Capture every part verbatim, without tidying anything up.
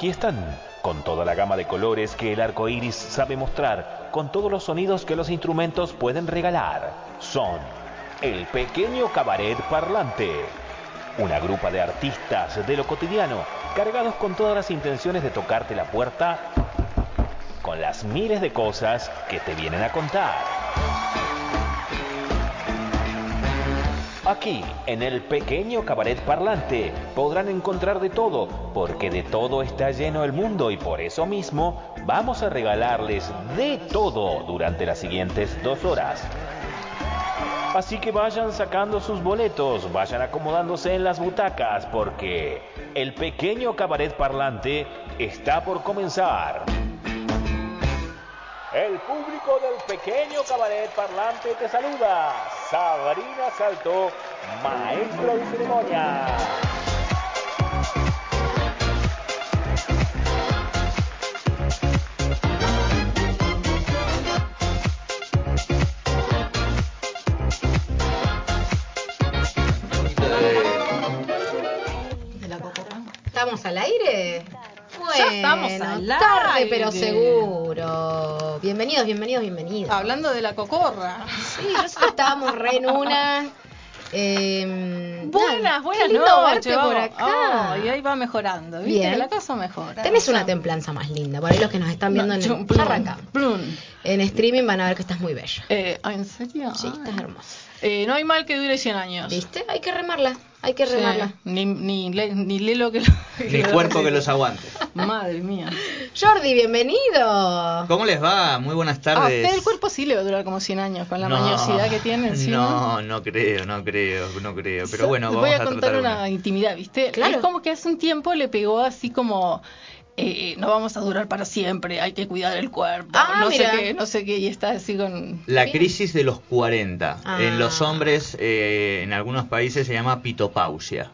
Aquí están, con toda la gama de colores que el arco iris sabe mostrar, con todos los sonidos que los instrumentos pueden regalar. Son el Pequeño Cabaret Parlante. Una grupa de artistas de lo cotidiano, cargados con todas las intenciones de tocarte la puerta con las miles de cosas que te vienen a contar. Aquí, en el Pequeño Cabaret Parlante, podrán encontrar de todo, porque de todo está lleno el mundo y por eso mismo vamos a regalarles de todo durante las siguientes dos horas. Así que vayan sacando sus boletos, vayan acomodándose en las butacas, porque el Pequeño Cabaret Parlante está por comenzar. El público del Pequeño Cabaret Parlante te saluda. Sabrina Salto, maestro de ceremonia. ¿Estamos al aire? Bueno, ya estamos al tarde aire. pero seguro. Bienvenidos, bienvenidos, bienvenidos. Hablando de la cocorra. Sí, yo sé que estábamos re en una. Eh, buenas, nada, buenas qué lindo noches. verte por acá. Oh, y ahí va mejorando, ¿viste? Bien. La cosa mejora. Tenés o sea, una templanza más linda. Por ahí los que nos están viendo no, en chum, el... plum, Ya arrancamos. plum. En streaming van a ver que estás muy bella. Eh, ¿En serio? Sí, Ay. estás hermosa. Eh, no hay mal que dure cien años. ¿Viste? Hay que remarla. Hay que Sí, remarla. Ni, ni, le- ni lelo que lo, Ni cuerpo que los aguante. Madre mía. Jordi, bienvenido. ¿Cómo les va? Muy buenas A tardes. usted el cuerpo sí le va a durar como cien años con la No, mañosidad que tiene encima. No, no creo, no creo, no creo. Pero bueno, Voy vamos a a contar tratar una intimidad, ¿viste? Claro. Es como que hace un tiempo le pegó así como eh, no vamos a durar para siempre, hay que cuidar el cuerpo, Ah, no mira. sé qué, no sé qué, y está así con... La Bien. crisis de los cuarenta. Ah. En los hombres, eh, en algunos países se llama pitopausia.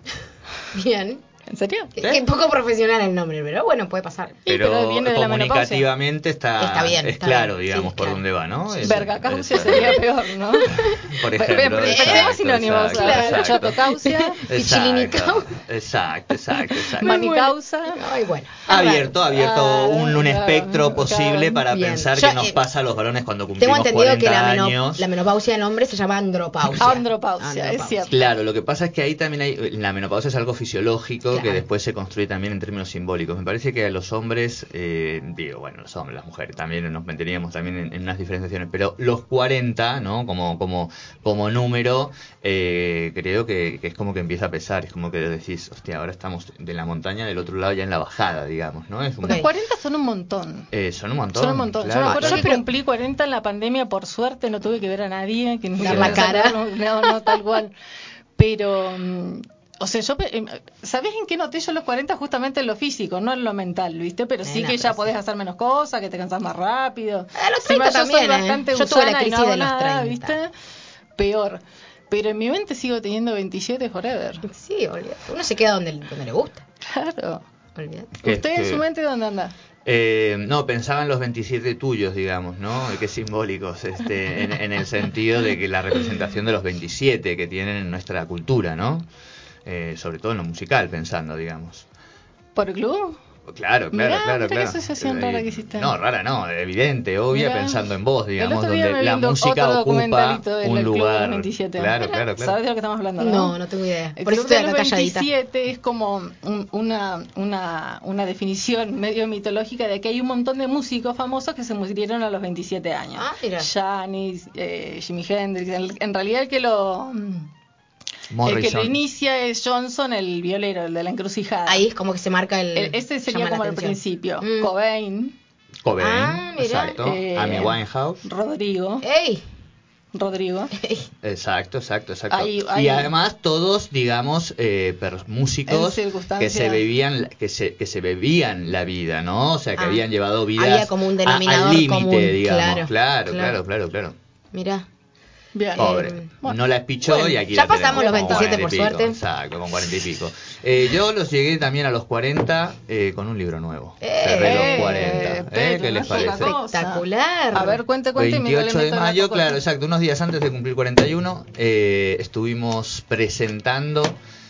Bien. ¿En serio? Qué, qué poco profesional el nombre, pero bueno, puede pasar. Sí, Pero, pero viene de la menopausia. comunicativamente está, Está bien, es está claro, bien. digamos, Sí, es por claro. dónde va, ¿no? Es- Vergacausia es- sería peor, ¿no? Por Ve- ejemplo. ve- exacto, tenemos sinónimos, exacto, claro. exacto. Chotocausia, Pichilinicau. Exacto, exacto, exacto. manicausa. Ay, bueno. Abierto, abierto Ah, un, un claro, espectro posible claro. para Bien. pensar Yo, qué nos eh, pasa a los varones cuando Tengo cumplimos entendido que cuarenta la, meno- años. la menopausia en hombres se llama andropausia. Andropausia, es cierto. Claro, lo que pasa es que ahí también hay, la menopausia es algo fisiológico Claro. que después se construye también en términos simbólicos. Me parece que a los hombres, eh, digo, bueno, los hombres, las mujeres también nos meteríamos también en, en unas diferenciaciones, pero los cuarenta, ¿no? Como como como número, eh, creo que, que es como que empieza a pesar, es como que decís, hostia, ahora estamos de la montaña del otro lado ya en la bajada, digamos, ¿no? Es un, Ok. Los cuarenta son un montón. eh, son un montón. Son un montón. claro, Yo me acuerdo claro. que cumplí cuarenta en la pandemia, por suerte no tuve que ver a nadie. Que Dar la cara. No, no, no, tal cual. Pero, mm, o sea, yo, pe- em, ¿sabés en qué noté yo los cuarenta? Justamente en lo físico, no en lo mental, ¿viste? Pero sí Nena, que ya pero podés sí. hacer menos cosas, que te cansás más rápido. A los Encima treinta yo soy también, ¿eh? bastante Yo tuve la gusana y crisis no hago de los nada, treinta. ¿viste? Peor. Pero en mi mente sigo teniendo veintisiete forever. Sí, olvídate. Uno se queda donde, donde le gusta. Claro. Olvídate. Que- ¿Usted en que- su mente dónde anda? Eh, no, pensaba en los veintisiete tuyos, digamos, ¿no? Qué simbólicos, este, en, en el sentido de que la representación de los veintisiete que tienen en nuestra cultura, ¿no? Eh, sobre todo en lo musical, pensando, digamos. ¿Por el club? Claro, claro, Mirá, claro, mirá qué claro. asociación rara que hiciste. No, rara no, evidente, obvia, Mirá. pensando en vos, El digamos, otro día me donde vi la un doc- música otro ocupa documentalito del un Club de los lugar. veintisiete. Claro, Mirá, claro, claro. ¿Sabés de lo que estamos hablando, no? No, no tengo idea. El Por eso Club estoy de acá los calladita. veintisiete es como un- una, una, una definición medio mitológica de que hay un montón de músicos famosos que se murieron a los veintisiete años. Ah, mira. Janis, eh, Jimi Hendrix. En, en realidad el que lo... El que lo Morrison. inicia es Johnson, el violero, el de la encrucijada. Ahí es como que se marca el. El- Ese sería llama la como el atención. principio. Mm. Cobain, Cobain, Ah, mira. exacto. Eh, Amy Winehouse. Rodrigo, ¡Ey! Rodrigo. Exacto, exacto, exacto. Ahí- ahí- Y además todos, digamos, eh, per- músicos En circunstancias. que se bebían, que se, que se bebían la vida, ¿no? O sea, que Ah, habían llevado vidas había como un denominador a- al límite, común, digamos. claro, Claro, claro. claro, claro, claro. Mirá. Bien. Pobre. Eh, bueno. No la espichó Bueno, y aquí ya la tenemos pasamos los con veintisiete cuarenta y por pico. suerte. Exacto, con cuarenta y pico. Eh, yo los llegué también a los cuarenta eh, con un libro nuevo. Eh, Cerré los eh, cuarenta. ¿eh? pero ¿Qué no les es poca parece? cosa. Espectacular. A ver, cuente, cuente. y mientras le veintiocho de meto la mayo, cococha. claro, exacto, unos días antes de cumplir cuarenta y uno, eh, estuvimos presentando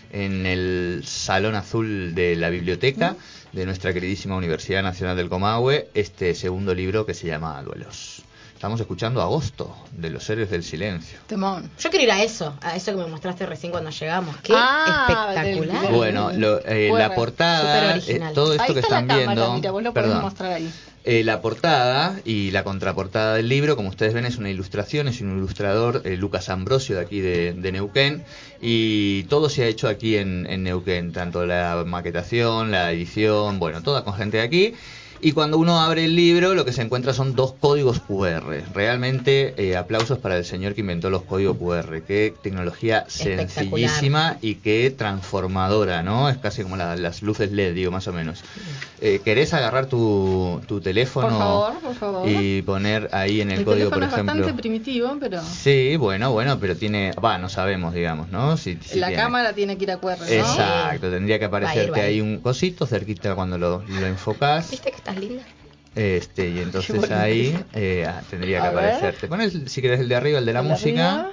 en el Salón Azul de la Biblioteca de nuestra queridísima Universidad Nacional del Comahue, este segundo libro que se llama Duelos. Estamos escuchando Agosto, de los Héroes del Silencio. Temón. Yo quiero ir a eso, a eso que me mostraste recién cuando llegamos. ¡Qué Ah, espectacular! del- Bueno, lo, eh, Bueno, la portada, eh, superoriginal. todo esto Ahí que está están la cámara, viendo, mira, vos lo podés perdón, mostrar ahí. Eh, la portada y la contraportada del libro, como ustedes ven, es una ilustración, es un ilustrador, eh, Lucas Ambrosio, de aquí de, de Neuquén, y todo se ha hecho aquí en, en Neuquén, tanto la maquetación, la edición, bueno, toda con gente de aquí. Y cuando uno abre el libro, lo que se encuentra son dos códigos cu erre. Realmente, eh, aplausos para el señor que inventó los códigos cu erre. Qué tecnología sencillísima y qué transformadora, ¿no? Es casi como la, las luces L E D, digo, más o menos. Eh, ¿Querés agarrar tu, tu teléfono Por favor, por favor. y poner ahí en el, El código, por teléfono es ejemplo? bastante primitivo, pero Sí, bueno, bueno, pero tiene... Va, no sabemos, digamos, ¿no? Si, si la tiene. cámara tiene que ir a cu erre, ¿no? Exacto, tendría que Va a ir, aparecerte va a ir. ahí un cosito cerquita cuando lo, lo enfocás. ¿Viste que estás linda? Este, y Qué entonces bonito. ahí eh, ah, tendría que A ver. aparecerte. Pon el, si querés el de arriba, el de la El de música, arriba.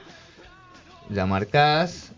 la marcás.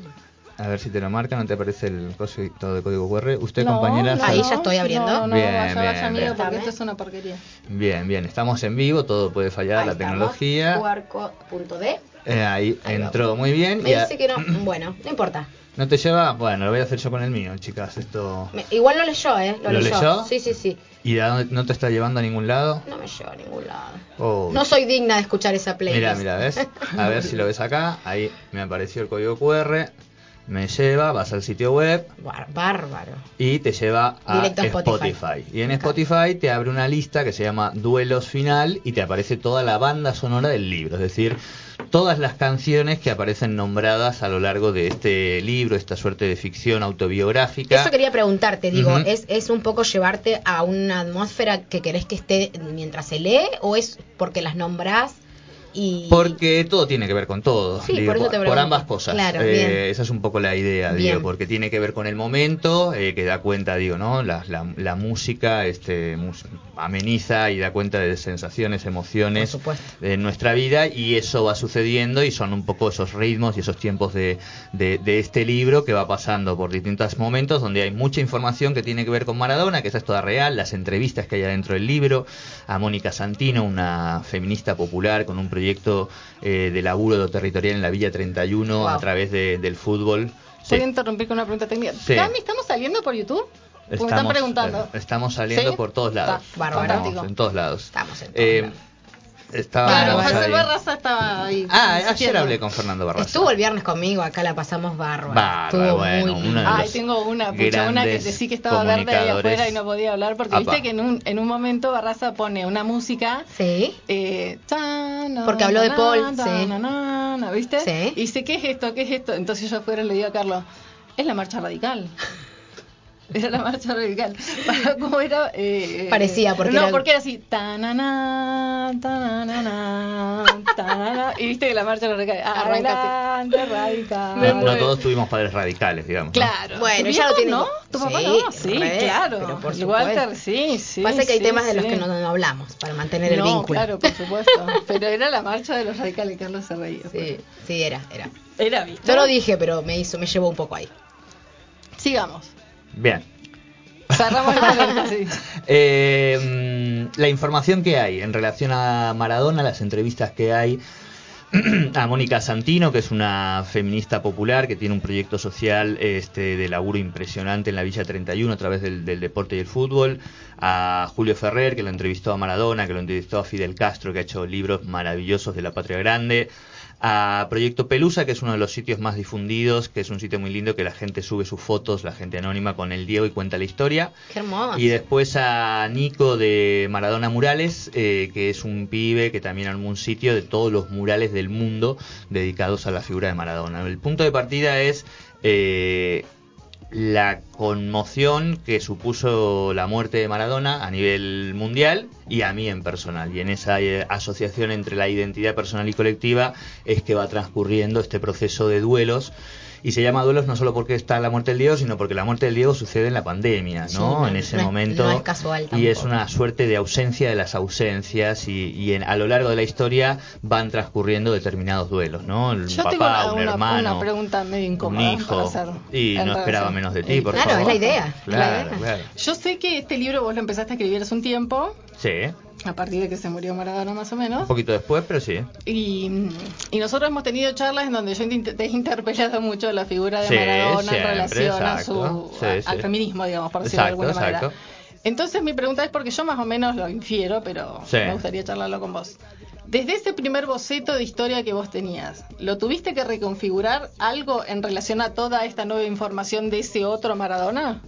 A ver si te lo marca, no te aparece el cosito de código cu erre. Usted, No, compañera. no, se- Ahí ya estoy abriendo. No, no, no, Bien, vaya, bien, vaya, amigo, bien. porque esto es una porquería. Bien, bien, estamos en vivo, todo puede fallar, Ahí la estamos. tecnología. cu erre punto d. Eh, ahí, Ahí entró vamos. muy bien. Me y a- dice que no. Bueno, no importa. ¿No te lleva? Bueno, lo voy a hacer yo con el mío, chicas. Esto. Me- igual lo leyó, ¿eh? Lo, ¿Lo leyó. leyó? Sí, sí, sí. ¿Y a dónde- no te está llevando a ningún lado? No me lleva a ningún lado. Oh. No soy digna de escuchar esa playlist. Mira, mira, ¿ves? A ver si lo ves acá. Ahí me apareció el código cu erre. Me lleva, vas al sitio web Bar- Bárbaro. y te lleva a Directo a Spotify. Spotify. Y en Me encanta. Spotify te abre una lista que se llama Duelos Final y te aparece toda la banda sonora del libro. Es decir, todas las canciones que aparecen nombradas a lo largo de este libro, esta suerte de ficción autobiográfica. Eso quería preguntarte, digo, Ujú. ¿es, ¿es un poco llevarte a una atmósfera que querés que esté mientras se lee o es porque las nombrás y... Porque todo tiene que ver con todo, Sí, digo, por eso te pregunto. ambas cosas. Claro, Eh, bien. esa es un poco la idea, Bien. digo, porque tiene que ver con el momento, eh, que da cuenta, digo, ¿no? La, la, la música este, mus- ameniza y da cuenta de sensaciones, emociones Por supuesto. de nuestra vida, y eso va sucediendo y son un poco esos ritmos y esos tiempos de, de, de este libro que va pasando por distintos momentos donde hay mucha información que tiene que ver con Maradona, que esa es toda real, las entrevistas que hay adentro del libro, a Mónica Santino, una feminista popular con un proyecto eh, de laburo territorial en la Villa treinta y uno Wow. a través de, del fútbol. Sí. ¿Puedo interrumpir con una pregunta técnica? Sí. Cami, ¿estamos saliendo por YouTube? Porque me están Estamos, preguntando. eh, estamos saliendo ¿Sí? por todos lados. Está, bárbaro. Estamos fantástico. en todos lados. Estamos en todos Eh, lados. estábamos Claro, Bárbaro. José ahí. Barraza estaba ahí. Ah, ayer insistiendo. hablé con Fernando Barraza. Estuvo el viernes conmigo, acá la pasamos bárbaro. Bárbaro, Estuvo bueno, muy uno de Ay, los tengo una, pucha, una que grandes decí que estaba verde ahí comunicadores. afuera y no podía hablar porque Apa. viste que en un, en un momento Barraza pone una música. Sí. Eh, ta, na, Porque habló de na, Paul, ta, sí. na, na, na, ¿viste? Sí. Y dice, ¿qué es esto? ¿Qué es esto? Entonces yo afuera le digo a Carlos, es la marcha radical. Era la marcha radical. ¿Cómo era? Eh, Parecía, porque no, era- porque era así. Ta, na, na, ta, na, na, na, ta, na, na, y viste que la marcha radical. Arranca así. Adelante, radical. No, no todos tuvimos padres radicales, digamos. ¿no? Claro. Bueno, ¿Tu ya lo viejo tiene. no? ¿Tu papá Sí, no? Sí, re, claro. pero por El supuesto. Walter, sí, sí. Pasa que hay sí, temas de los sí. que no, no hablamos para mantener el No, vínculo. claro, por supuesto. Pero era la marcha de los radicales, Carlos se reía. Sí, sí, era, era. Era, ¿viste? Yo lo dije, pero me hizo, me llevó un poco ahí. Sigamos. Bien. Cerramos el paréntesis. Eh, mm, la información que hay en relación a Maradona, las entrevistas que hay a Mónica Santino, que es una feminista popular que tiene un proyecto social este, de laburo impresionante en la Villa treinta y uno a través del, del deporte y el fútbol, a Julio Ferrer, que lo entrevistó a Maradona, que lo entrevistó a Fidel Castro, que ha hecho libros maravillosos de la Patria Grande, a Proyecto Pelusa, que es uno de los sitios más difundidos, que es un sitio muy lindo que la gente sube sus fotos, la gente anónima con el Diego y cuenta la historia. Qué hermoso. Y después a Nico de Maradona Murales, eh, que es un pibe que también armó un sitio de todos los murales del mundo dedicados a la figura de Maradona. El punto de partida es eh, la conmoción que supuso la muerte de Maradona a nivel mundial y a mí en personal. Y en esa eh, asociación entre la identidad personal y colectiva es que va transcurriendo este proceso de duelos y se llama duelos no solo porque está la muerte del Diego, sino porque la muerte del Diego sucede en la pandemia, ¿no? Sí, no en ese no es, momento. No es casual tampoco. Y es una suerte de ausencia de las ausencias y, y en, a lo largo de la historia van transcurriendo determinados duelos, ¿no? El Yo papá, tengo una, un una, hermano, una pregunta medio incómoda un hijo, para hacer y en no esperaba relación. menos de ti, por Claro, favor. es la idea, es la Claro, idea. claro. Yo sé que este libro vos lo empezaste a escribir hace un tiempo, Sí, a partir de que se murió Maradona más o menos. un poquito después, pero sí. Y, y nosotros hemos tenido charlas en donde yo te he interpelado mucho la figura de Sí, Maradona siempre, en relación a su, exacto. Sí, a- sí. al feminismo, digamos, por decirlo Exacto, de alguna exacto. manera. Entonces mi pregunta es porque yo más o menos lo infiero, pero Sí. me gustaría charlarlo con vos. Desde ese primer boceto de historia que vos tenías, ¿lo tuviste que reconfigurar algo en relación a toda esta nueva información de ese otro Maradona?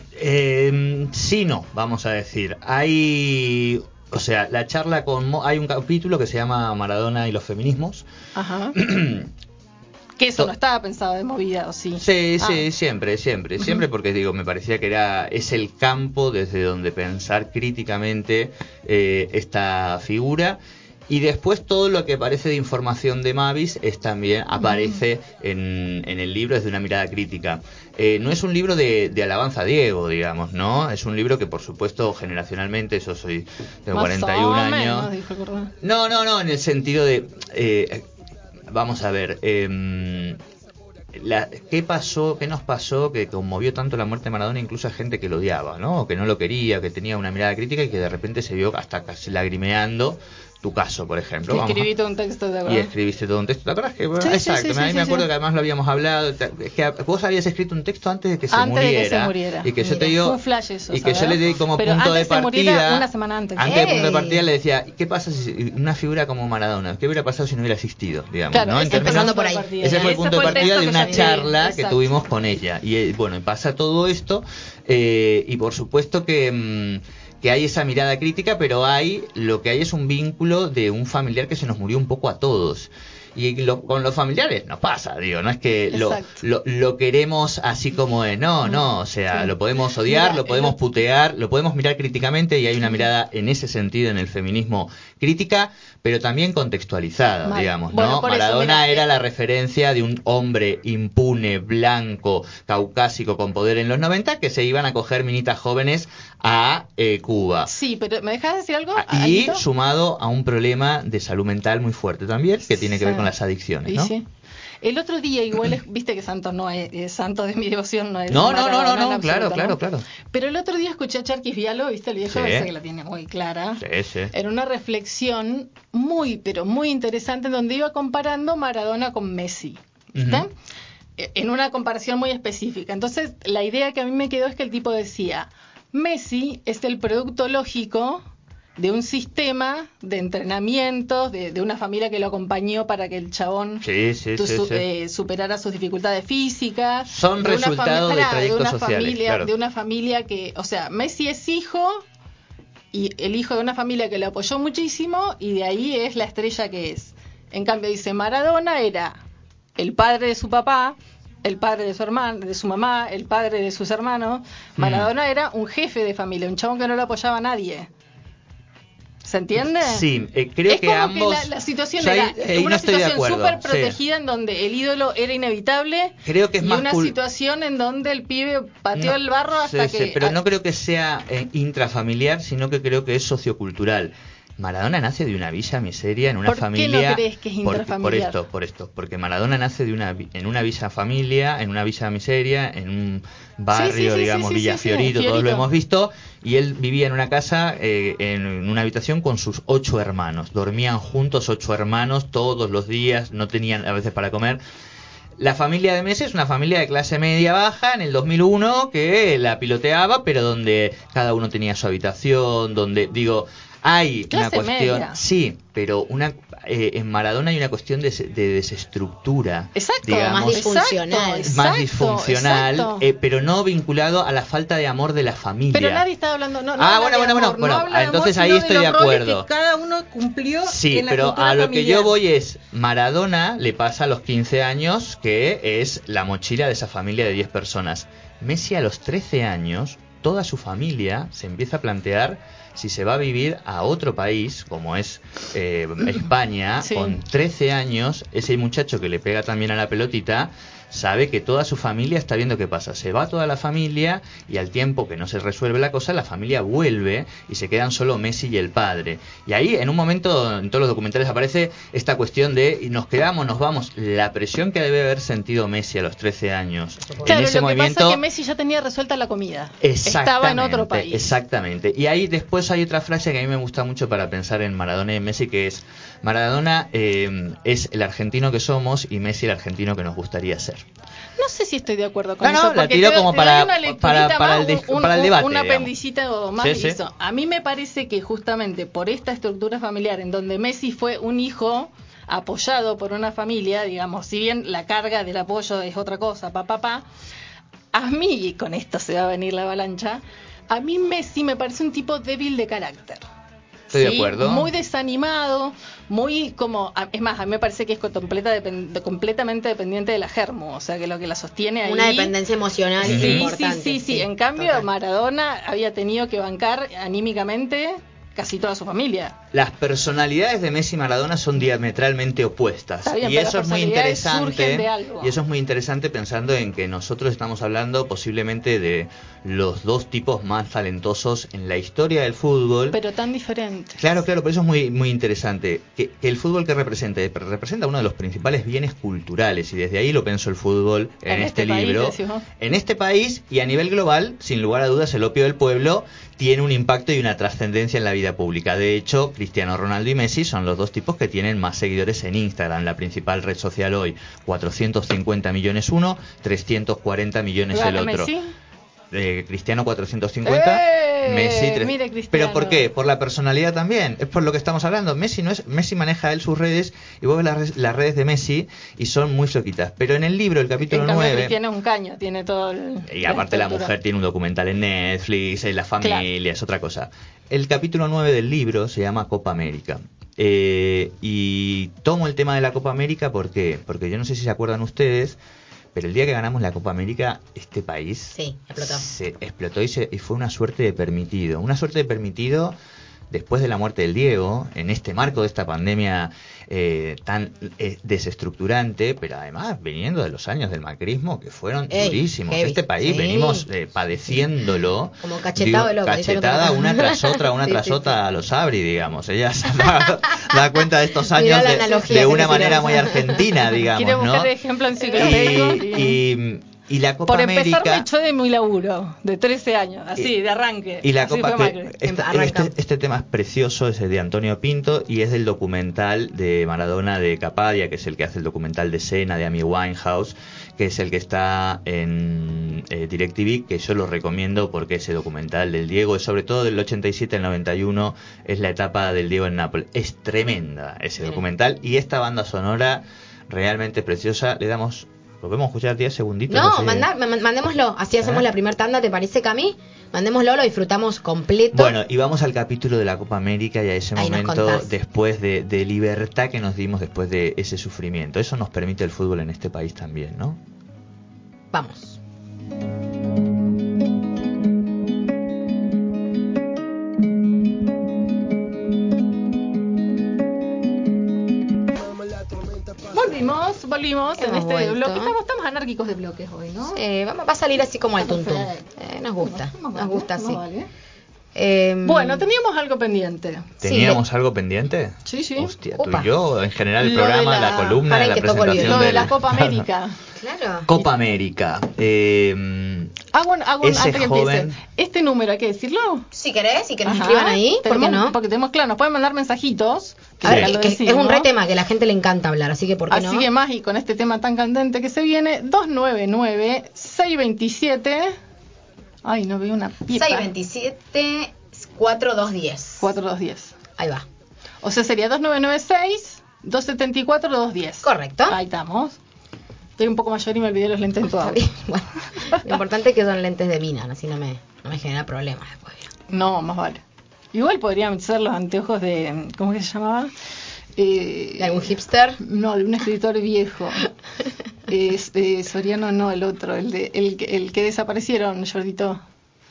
Eh, sí, no, vamos a decir. Hay, o sea, la charla con Mo, hay un capítulo que se llama Maradona y los feminismos. Ajá. Que eso no estaba pensado de movida, ¿o sí? Sí, Ah. sí, siempre, siempre, Ujú. siempre, porque digo, me parecía que era es el campo desde donde pensar críticamente eh, esta figura. Y después todo lo que aparece de información de Mavis es también aparece en, en el libro desde una mirada crítica. Eh, no es un libro de, de alabanza a Diego, digamos, ¿no? Es un libro que, por supuesto, generacionalmente, yo soy de Más cuarenta y un o años. menos, dijo el Cordón. No, no, no, en el sentido de... Eh, vamos a ver... Eh, La, ¿qué pasó, qué nos pasó que conmovió tanto la muerte de Maradona incluso a gente que lo odiaba, ¿no? O que no lo quería, que tenía una mirada crítica y que de repente se vio hasta casi lagrimeando? Tu caso, por ejemplo. Que Vamos escribí a... todo un texto, ¿te acuerdas? Y escribiste todo un texto. ¿Te acuerdas que? Bueno, Sí, sí, exacto, sí, sí, a mí sí, me sí. acuerdo que además lo habíamos hablado. Es que vos habías escrito un texto antes de que se Antes muriera. de que se muriera. Y que yo Mira, te digo. fue un flash eso, y que ¿sabes? yo le di como Pero punto de antes se muriera partida. una semana antes. Antes de punto de ¡Ey! partida le decía, ¿qué pasa si una figura como Maradona? ¿Qué hubiera pasado si no hubiera existido? Digamos, Claro, ¿no? En ese términos- empezando por ahí. Ese fue el punto de partida de una charla que Exacto. tuvimos con ella. Y eh, bueno, pasa todo esto. Eh, y por supuesto que. Mmm, que hay esa mirada crítica, pero hay lo que hay es un vínculo de un familiar que se nos murió un poco a todos. Y lo, con los familiares no pasa, digo, no es que lo, lo, lo queremos así como es, no, no, o sea, Sí. lo podemos odiar, Mira, lo podemos el- putear, lo podemos mirar críticamente y hay una mirada en ese sentido en el feminismo crítica, pero también contextualizada, Mal. digamos, Bueno, ¿no? por eso, Maradona mira, era eh, la referencia de un hombre impune, blanco, caucásico, con poder en los noventa, que se iban a coger minitas jóvenes a eh, Cuba. Sí, pero ¿me dejas decir algo? Y ¿Alguito? sumado a un problema de salud mental muy fuerte también, que tiene que ver con las adicciones, Y ¿no? sí. El otro día igual, es- viste que Santos no es, es santo de mi devoción, no es No, no, no, Maradona no, en no, absoluto, claro, ¿no? claro, claro. Pero el otro día escuché a Charquis Vialo, viste el viejo, Sí. ese que la tiene muy clara. Sí, sí. Era una reflexión muy, pero muy interesante en donde iba comparando Maradona con Messi, ¿viste? Ujú. Eh, En una comparación muy específica. Entonces, la idea que a mí me quedó es que el tipo decía, Messi es el producto lógico de un sistema de entrenamientos, de, de una familia que lo acompañó para que el chabón Sí, sí, tu- sí, su- sí. eh, superara sus dificultades físicas. Son de una resultado fami- de pará, trayectos una sociales, familia, claro. de una familia que, o sea, Messi es hijo y el hijo de una familia que lo apoyó muchísimo y de ahí es la estrella que es. En cambio dice Maradona era el padre de su papá, el padre de su hermano, de su mamá, el padre de sus hermanos. Maradona era un jefe de familia, un chabón que no lo apoyaba a nadie. ¿Se entiende? Sí, eh, creo es que como ambos... que la, la situación yo ahí- era ahí no una estoy de situación acuerdo, súper sí. protegida en donde el ídolo era inevitable. Creo que es y más una cul- situación en donde el pibe pateó No, el barro hasta sí, que... sí, pero no creo que sea eh, intrafamiliar, sino que creo que es sociocultural. Maradona nace de una villa miseria en una ¿Por qué familia. no crees que es por, por intrafamiliar? esto, por esto, porque Maradona nace de una vi- en una villa familia, en una villa miseria, en un barrio, Sí, sí, sí, digamos, sí, sí, Villa sí, sí, Fiorito, todos lo Fiorito. hemos visto, y él vivía en una casa, eh, en una habitación con sus ocho hermanos. Dormían juntos ocho hermanos todos los días, no tenían a veces para comer. La familia de Messi es una familia de clase media baja en el dos mil uno que la piloteaba, pero donde cada uno tenía su habitación, donde, digo, hay Clase una cuestión... media. Sí, pero una eh, en Maradona hay una cuestión de, de desestructura. Exacto, digamos, más disfuncional. Exacto, más exacto, disfuncional, exacto. eh, pero no vinculado a la falta de amor de la familia. Pero nadie estaba hablando... No, no Ah, habla bueno, de bueno, bueno, amor, bueno, no habla de entonces amor, ahí sino estoy de de los roles acuerdo. que cada uno cumplió Sí, en la pero cultura a lo familiar. que yo voy es, Maradona le pasa a los quince años que es la mochila de esa familia de diez personas. Messi a los trece años, toda su familia se empieza a plantear si se va a vivir a otro país, como es eh, España, Sí. con trece años, ese muchacho que le pega también a la pelotita, sabe que toda su familia está viendo qué pasa. Se va toda la familia y al tiempo que no se resuelve la cosa, la familia vuelve y se quedan solo Messi y el padre. Y ahí en un momento en todos los documentales aparece esta cuestión de y nos quedamos, nos vamos. La presión que debe haber sentido Messi a los trece años. Claro, en ese lo que movimiento, pasa es que Messi ya tenía resuelta la comida. Estaba en otro país. Exactamente. Y ahí después hay otra frase que a mí me gusta mucho para pensar en Maradona y Messi, que es Maradona eh, es el argentino que somos y Messi el argentino que nos gustaría ser. No sé si estoy de acuerdo con no, eso. No, la tiro como para, para, para, más, el de, un, para el debate. Un digamos. apendicito más sí, y sí. eso. A mí me parece que justamente por esta estructura familiar en donde Messi fue un hijo apoyado por una familia, digamos, si bien la carga del apoyo es otra cosa, papá, papá, a mí, y con esto se va a venir la avalancha, a mí Messi me parece un tipo débil de carácter. Estoy ¿sí? de acuerdo. Muy desanimado, muy como... Es más, a mí me parece que es completa depend, completamente dependiente de la germo, o sea, que lo que la sostiene ahí... Una dependencia emocional sí, importante. Sí, sí, sí, sí. En cambio, total. Maradona había tenido que bancar anímicamente casi toda su familia. Las personalidades de Messi y Maradona son diametralmente opuestas. Bien, y eso es muy interesante. Y eso es muy interesante pensando en que nosotros estamos hablando posiblemente de los dos tipos más talentosos en la historia del fútbol. Pero tan diferentes. Claro, claro, pero eso es muy, muy interesante. Que, que el fútbol que representa, representa uno de los principales bienes culturales, y desde ahí lo pensó el fútbol en, en este, este libro. País, en este país y a nivel global, sin lugar a dudas, el opio del pueblo tiene un impacto y una trascendencia en la vida pública. De hecho, Cristiano Ronaldo y Messi son los dos tipos que tienen más seguidores en Instagram, la principal red social hoy. cuatrocientos cincuenta millones uno, trescientos cuarenta millones el otro. Messi? Eh, Cristiano cuatrocientos cincuenta, ¡Eh! Messi tres... Mire, Cristiano. ¿Pero por qué? Por la personalidad también. Es por lo que estamos hablando. Messi no es Messi maneja él sus redes y vos ves las, las redes de Messi y son muy floquitas. Pero en el libro, el capítulo en nueve... Cristiano es un caño, tiene todo el... Y aparte la, la mujer tiene un documental en Netflix, en la familia, claro. Es otra cosa. El capítulo nueve del libro se llama Copa América. Eh, y tomo el tema de la Copa América, ¿por qué? Porque yo no sé si se acuerdan ustedes, pero el día que ganamos la Copa América, este país sí, explotó. se explotó y, se, y fue una suerte de permitido. Una suerte de permitido después de la muerte del Diego, en este marco de esta pandemia eh, tan eh, desestructurante, pero además viniendo de los años del macrismo que fueron Ey, durísimos. Heavy. Este país sí. venimos eh, padeciéndolo. Como cachetado digo, cachetada una tras otra, una sí, tras sí, otra sí. a los Sabri, digamos. Ella se da, da cuenta de estos años de, de una manera muy argentina, digamos. Quiero buscar ¿no? el ejemplo enciclopédico. Y, y, y la Copa Por América... empezar me echó de mi laburo, de trece años, así, y, de arranque. Y la así Copa... Que, este, este, este tema es precioso, es de Antonio Pinto y es del documental de Maradona de Capadia, que es el que hace el documental de Cena, de Amy Winehouse, que es el que está en eh, DirecTV, que yo lo recomiendo porque ese documental del Diego, es sobre todo del ochenta y siete al noventa y uno, es la etapa del Diego en Nápoles. Es tremenda ese Bien. documental y esta banda sonora realmente preciosa. Le damos... ¿Lo podemos escuchar diez segunditos? No, manda, mandémoslo. Así hacemos ¿Eh? la primera tanda, ¿te parece, Cami? Mandémoslo, lo disfrutamos completo. Bueno, y vamos al capítulo de la Copa América y a ese Ahí momento después de, de libertad que nos dimos después de ese sufrimiento. Eso nos permite el fútbol en este país también, ¿no? Vamos. Volvimos, volvimos en este vuelto. bloque. Estamos, estamos anárquicos de bloques hoy, ¿no? Sí, va, va a salir así como el tuntún. Eh, nos gusta, nos vale, gusta así. Vale. Eh, bueno, teníamos algo pendiente. ¿Teníamos sí, algo pendiente? Sí, sí. Hostia, tú y yo, en general el lo programa, la, la columna, la presentación. Lo de la Copa América. Claro. Copa América. Eh, hago un, hago un, ese antes que joven... empiece. ¿Este número hay que decirlo? Si querés, si querés escriban ahí, ¿por qué no? Porque tenemos, claro, nos pueden mandar mensajitos. Que a ver, que, que es un re tema que a la gente le encanta hablar, así que ¿por qué así no? Así que más, y con este tema tan candente que se viene, dos nueve nueve, seis dos siete... Ay, no veo una pieza. seis dos siete... cuatro dos uno cero. cuatro dos uno cero. Ahí va. O sea, sería dos nueve nueve seis, dos siete cuatro, dos uno cero. Correcto. Ahí estamos. Estoy un poco mayor y me olvidé los lentes de todo. Bueno, lo importante es que son lentes de Mina, así no me, no me genera problemas después. No, más vale. Igual podrían ser los anteojos de... ¿Cómo que se llamaba? Eh, ¿De algún hipster? No, de un escritor viejo. eh, eh, Soriano no, el otro, el, de, el, el que desaparecieron, Jordito.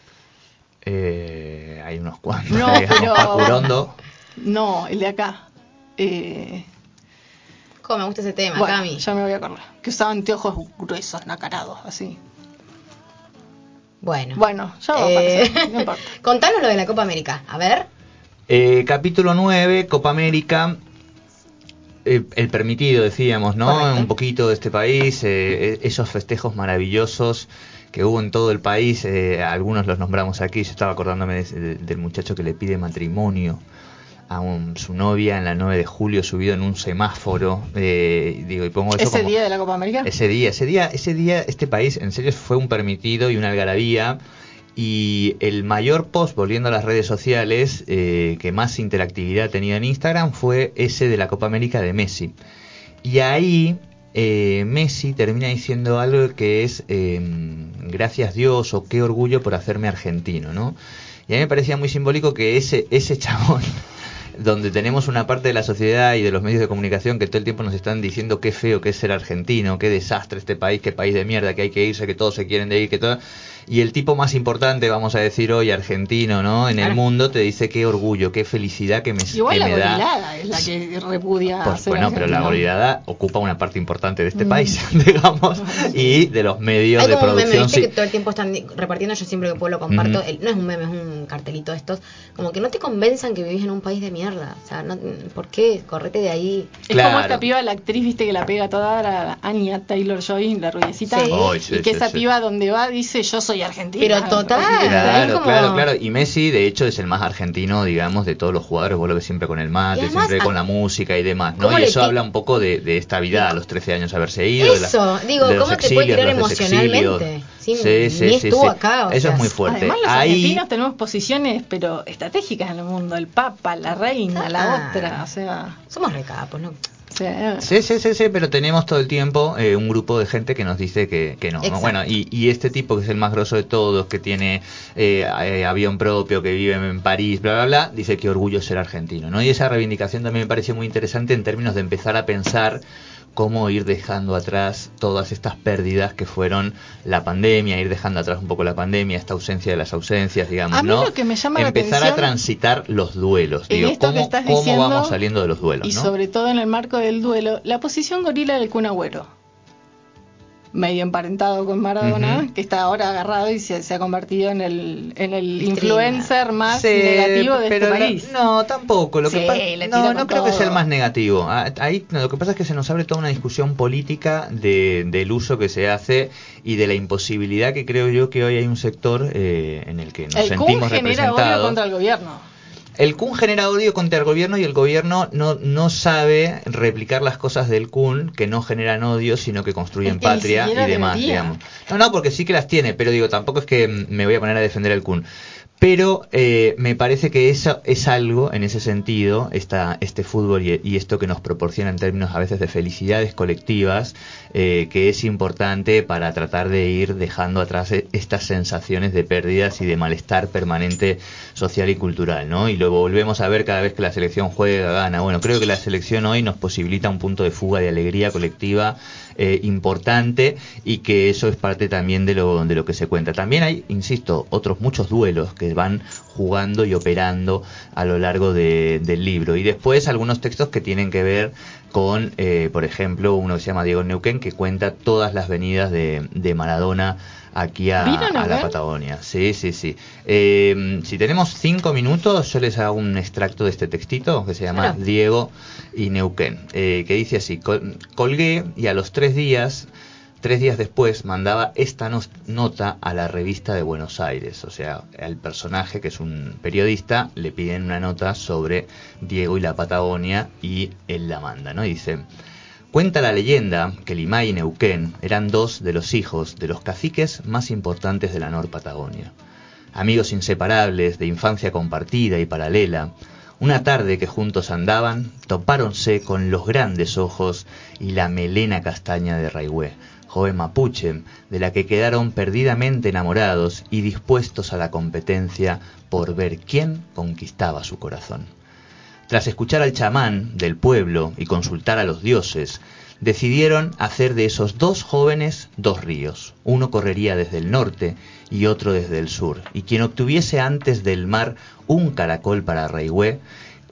Eh, hay unos cuantos, no, digamos, pero... Pacurondo. No, el de acá. Eh... me gusta ese tema, Bueno, Cami. ya me voy a acordar. Que usaba anteojos gruesos, nacarados, así. Bueno. Bueno, ya va a Eh, aparecer, no importa. Contanos lo de la Copa América. A ver. Eh, capítulo nueve, Copa América. Eh, el permitido, decíamos, ¿no? Correcto. Un poquito de este país, eh, esos festejos maravillosos que hubo en todo el país. Eh, algunos los nombramos aquí. Yo estaba acordándome de, de, del muchacho que le pide matrimonio a un, su novia en la nueve de julio, subido en un semáforo. Eh, digo, y pongo eso ¿Ese como, día de la Copa América? Ese día, ese día, ese día, este país, en serio, fue un permitido y una algarabía. Y el mayor post, volviendo a las redes sociales, eh, que más interactividad tenía en Instagram, fue ese de la Copa América de Messi. Y ahí eh, Messi termina diciendo algo que es eh, gracias Dios o qué orgullo por hacerme argentino, ¿no? Y a mí me parecía muy simbólico que ese, ese chabón, donde tenemos una parte de la sociedad y de los medios de comunicación que todo el tiempo nos están diciendo qué feo que es ser argentino, qué desastre este país, qué país de mierda, que hay que irse, que todos se quieren de ir, que todo... Y el tipo más importante, vamos a decir hoy, argentino, ¿no? En el mundo, te dice qué orgullo, qué felicidad que me, Igual que la me da. gorilada es la que repudia. Pues, ser bueno, pero la argentino. gorilada ocupa una parte importante de este Mm. país, digamos, y de los medios Hay de como un meme, producción. viste, Sí. que todo el tiempo están repartiendo, yo siempre que puedo lo comparto, Ujú. el- no es un meme, es un cartelito de estos, como que no te convenzan que vivís en un país de mierda, o sea, no, ¿por qué? Correte de ahí. Es Claro. como esta piba, la actriz, viste, que la pega toda, la Anya Taylor-Joy, la rubiecita. Sí. Ay, sí, Y que sí, esa sí. piba donde va dice, yo soy argentina. Pero total. Y de ahí Claro, como- claro, claro. Y Messi, de hecho, es el más argentino, digamos, de todos los jugadores. Vos lo ves siempre con el Y mate, además, siempre con a- la música y demás, ¿no? ¿cómo Y le eso ti- habla un poco de, de esta vida a los trece años haberse ido. de la- Eso, digo, de los ¿cómo te puede exilios, tirar los emocionalmente? exilios. Sí, Sí, ni sí, sí, estuvo sí. acá, o Eso sea, es muy fuerte. Además, los Ahí, argentinos tenemos posiciones, pero estratégicas en el mundo. El Papa, la Reina, la Ah. otra, o sea... Somos recapos, ¿no? o sea, Sí, sí, sí, sí, pero tenemos todo el tiempo eh, un grupo de gente que nos dice que, que no, ¿no? Exacto. Bueno, y, y este tipo que es el más grosso de todos, que tiene eh, eh, avión propio, que vive en París, bla, bla, bla, dice que orgullo ser argentino, ¿no? Y esa reivindicación también me pareció muy interesante en términos de empezar a pensar cómo ir dejando atrás todas estas pérdidas que fueron la pandemia, ir dejando atrás un poco la pandemia, esta ausencia de las ausencias, digamos, A mí ¿no? lo que me llama la empezar atención a transitar los duelos, en digo, esto que cómo, estás cómo diciendo, vamos saliendo de los duelos, y ¿no? sobre todo en el marco del duelo, la posición gorila del Kun Agüero, medio emparentado con Maradona, Ujú. que está ahora agarrado y se, se ha convertido en el, en el Streamer. influencer más Sí, negativo de pero este la- país. no, tampoco. Lo que Sí, pa- le tira no, con no creo que sea el todo. más negativo. Ah, ahí no, lo que pasa es que se nos abre toda una discusión política de, del uso que se hace y de la imposibilidad que creo yo que hoy hay un sector eh, en el que nos el Kun sentimos genera odio representados. contra el gobierno. El Kun genera odio contra el gobierno y el gobierno no, no sabe replicar las cosas del Kun que no generan odio, sino que construyen Es que ni patria y siquiera demás, debería. digamos. No, no, porque sí que las tiene, pero digo, tampoco es que mm, me voy a poner a defender el Kun. Pero eh, me parece que eso es algo, en ese sentido, esta, este fútbol y, y esto que nos proporciona en términos a veces de felicidades colectivas, eh, que es importante para tratar de ir dejando atrás e- estas sensaciones de pérdidas y de malestar permanente social y cultural, ¿no? Y lo volvemos a ver cada vez que la selección juega, gana. Bueno, creo que la selección hoy nos posibilita un punto de fuga de alegría colectiva eh, importante y que eso es parte también de lo, de lo que se cuenta. También hay, insisto, otros muchos duelos que van jugando y operando a lo largo de, del libro. Y después algunos textos que tienen que ver con, eh, por ejemplo, uno que se llama Diego Neuquén, que cuenta todas las venidas de, de Maradona aquí a, ¿Vino a la Neuquén? Patagonia. Sí, sí, sí. Eh, si tenemos cinco minutos, yo les hago un extracto de este textito que se llama Claro. Diego y Neuquén, eh, que dice así: Col- colgué y a los tres días... Tres días después mandaba esta no- nota a la revista de Buenos Aires, o sea, al personaje que es un periodista le piden una nota sobre Diego y la Patagonia y él la manda, ¿no? Y dice: cuenta la leyenda que Limay y Neuquén eran dos de los hijos de los caciques más importantes de la Nor Patagonia. Amigos inseparables, de infancia compartida y paralela, una tarde que juntos andaban, topáronse con los grandes ojos y la melena castaña de Raigüe, joven mapuche, de la que quedaron perdidamente enamorados y dispuestos a la competencia por ver quién conquistaba su corazón. Tras escuchar al chamán del pueblo y consultar a los dioses, decidieron hacer de esos dos jóvenes dos ríos. Uno correría desde el norte y otro desde el sur, y quien obtuviese antes del mar un caracol para Raigüe,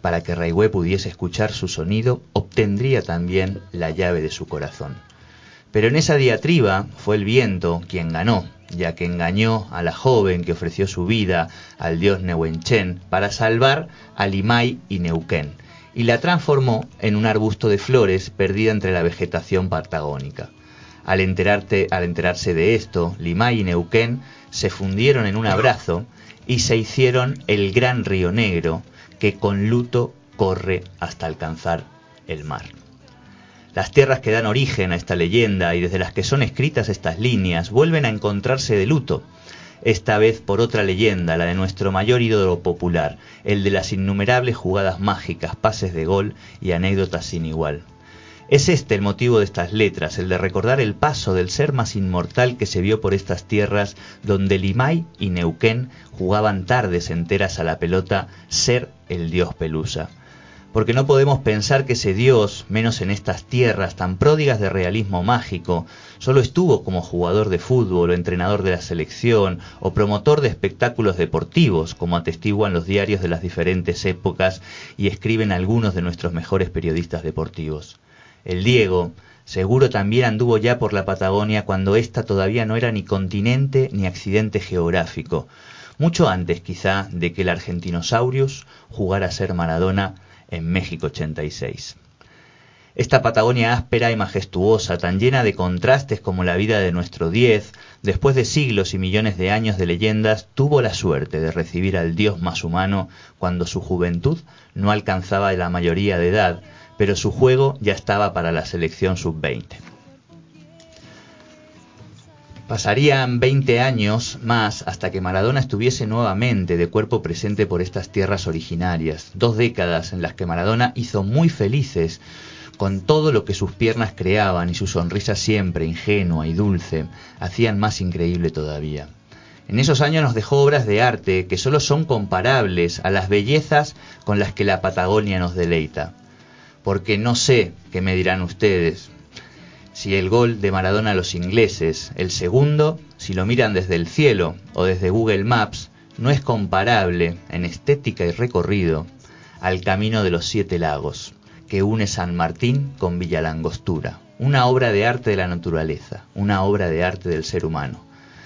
para que Raigüe pudiese escuchar su sonido, obtendría también la llave de su corazón. Pero en esa diatriba fue el viento quien ganó, ya que engañó a la joven que ofreció su vida al dios Nehuenchen para salvar a Limay y Neuquén, y la transformó en un arbusto de flores perdida entre la vegetación patagónica. Al, enterarte, al enterarse de esto, Limay y Neuquén se fundieron en un abrazo y se hicieron el gran río Negro, que con luto corre hasta alcanzar el mar. Las tierras que dan origen a esta leyenda y desde las que son escritas estas líneas vuelven a encontrarse de luto, esta vez por otra leyenda, la de nuestro mayor ídolo popular, el de las innumerables jugadas mágicas, pases de gol y anécdotas sin igual. Es este el motivo de estas letras, el de recordar el paso del ser más inmortal que se vio por estas tierras donde Limay y Neuquén jugaban tardes enteras a la pelota, ser el dios Pelusa. Porque no podemos pensar que ese dios, menos en estas tierras tan pródigas de realismo mágico, solo estuvo como jugador de fútbol o entrenador de la selección o promotor de espectáculos deportivos, como atestiguan los diarios de las diferentes épocas y escriben algunos de nuestros mejores periodistas deportivos. El Diego seguro también anduvo ya por la Patagonia cuando ésta todavía no era ni continente ni accidente geográfico, mucho antes quizá de que el Argentinosaurus jugara a ser Maradona en México ochenta y seis. Esta Patagonia áspera y majestuosa, tan llena de contrastes como la vida de nuestro diez, después de siglos y millones de años de leyendas, tuvo la suerte de recibir al dios más humano cuando su juventud no alcanzaba la mayoría de edad, pero su juego ya estaba para la selección sub veinte. Pasarían veinte años más hasta que Maradona estuviese nuevamente de cuerpo presente por estas tierras originarias, dos décadas en las que Maradona hizo muy felices con todo lo que sus piernas creaban y su sonrisa siempre ingenua y dulce hacían más increíble todavía. En esos años nos dejó obras de arte que solo son comparables a las bellezas con las que la Patagonia nos deleita. Porque no sé qué me dirán ustedes, si el gol de Maradona a los ingleses, el segundo, si lo miran desde el cielo o desde Google Maps, no es comparable en estética y recorrido al Camino de los Siete Lagos, que une San Martín con Villa Langostura, una obra de arte de la naturaleza, una obra de arte del ser humano.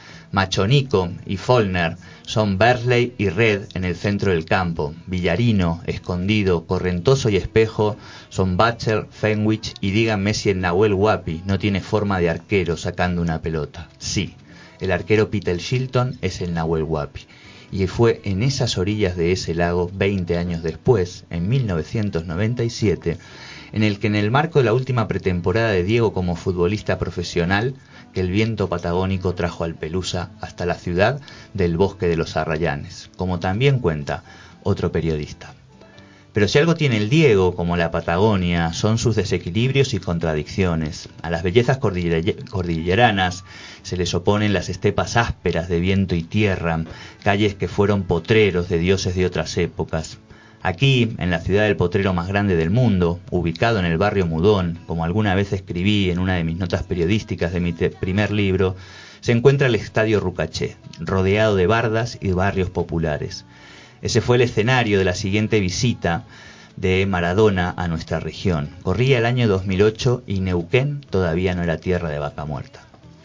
Machonico y Follner son Berkeley y Red en el centro del campo. Villarino, Escondido, Correntoso y Espejo son Butcher, Fenwich y díganme si el Nahuel Huapi no tiene forma de arquero sacando una pelota. Sí, el arquero Peter Shilton es el Nahuel Huapi. Y fue en esas orillas de ese lago, veinte años después, en mil novecientos noventa y siete, en el que en el marco de la última pretemporada de Diego como futbolista profesional, que el viento patagónico trajo al Pelusa hasta la ciudad del Bosque de los Arrayanes, como también cuenta otro periodista. Pero si algo tiene el Diego, como la Patagonia, son sus desequilibrios y contradicciones. A las bellezas cordilleranas se les oponen las estepas ásperas de viento y tierra, calles que fueron potreros de dioses de otras épocas. Aquí, en la ciudad del potrero más grande del mundo, ubicado en el barrio Mudón, como alguna vez escribí en una de mis notas periodísticas de mi primer libro, se encuentra el Estadio Rucaché, rodeado de bardas y barrios populares. Ese fue el escenario de la siguiente visita de Maradona a nuestra región. Corría el año dos mil ocho y Neuquén todavía no era tierra de vaca muerta.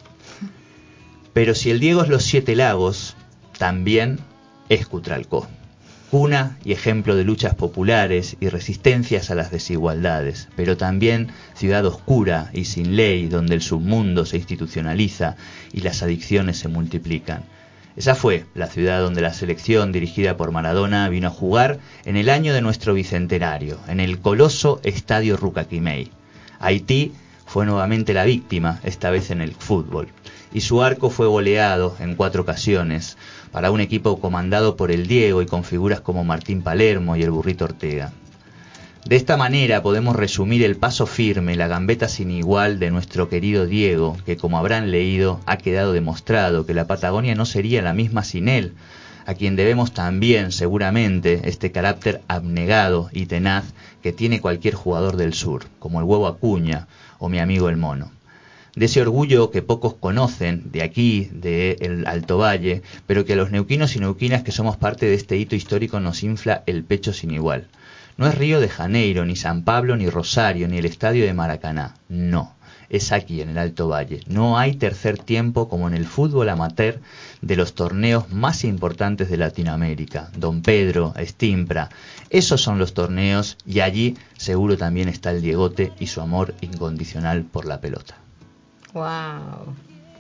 Pero si el Diego es los Siete Lagos, también es Cutralcó, cuna y ejemplo de luchas populares y resistencias a las desigualdades, pero también ciudad oscura y sin ley, donde el submundo se institucionaliza y las adicciones se multiplican. Esa fue la ciudad donde la selección dirigida por Maradona vino a jugar en el año de nuestro bicentenario, en el coloso Estadio Rucaquimey. Haití fue nuevamente la víctima, esta vez en el fútbol, y su arco fue goleado en cuatro ocasiones para un equipo comandado por el Diego y con figuras como Martín Palermo y el Burrito Ortega. De esta manera podemos resumir el paso firme, la gambeta sin igual de nuestro querido Diego, que como habrán leído ha quedado demostrado que la Patagonia no sería la misma sin él, a quien debemos también seguramente este carácter abnegado y tenaz que tiene cualquier jugador del sur, como el Huevo Acuña o mi amigo el Mono. De ese orgullo que pocos conocen, de aquí, de el Alto Valle, pero que a los neuquinos y neuquinas que somos parte de este hito histórico nos infla el pecho sin igual. No es Río de Janeiro, ni San Pablo, ni Rosario, ni el estadio de Maracaná. No. Es aquí, en el Alto Valle. No hay tercer tiempo como en el fútbol amateur de los torneos más importantes de Latinoamérica. Don Pedro, Stimpra, esos son los torneos y allí seguro también está el Diegote y su amor incondicional por la pelota. Wow.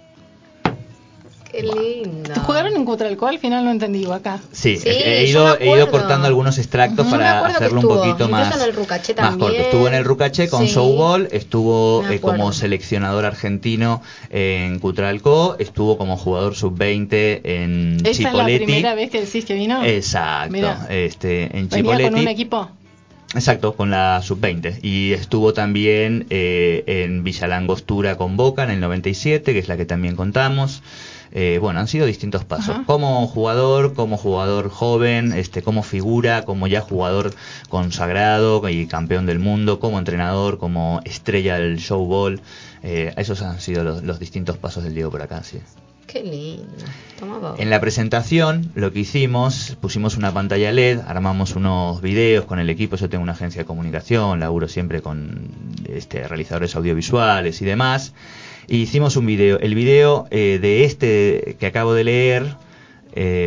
Qué lindo. ¿Jugaron en Cutralcó? Al final no entendí acá. Sí, Sí, he, he yo ido, me he ido acuerdo. cortando algunos extractos Yo me para acuerdo que hacerlo un estuvo, poquito incluso más, en el Rucaché más corto. también. Estuvo en el Rucaché con Sí. Showball, estuvo Me eh, como acuerdo. seleccionador argentino en Cutralcó, estuvo como jugador sub veinte en ¿Esta Chipoleti. es la primera vez que decís que vino? Exacto, Mirá. este, en ¿Venía Chipoleti. con un equipo? Exacto, con la sub veinte. Y estuvo también eh, en Villa Langostura con Boca en el noventa y siete, que es la que también contamos. Eh, bueno, han sido distintos pasos. Ajá. Como jugador, como jugador joven, este, como figura, como ya jugador consagrado y campeón del mundo, como entrenador, como estrella del showball. Eh, esos han sido los, los distintos pasos del Diego por acá, sí. Qué lindo. Toma vos. En la presentación lo que hicimos, pusimos una pantalla L E D, armamos unos videos con el equipo. Yo tengo una agencia de comunicación, laburo siempre con este, realizadores audiovisuales y demás. Y hicimos un video. El video eh, de este que acabo de leer eh,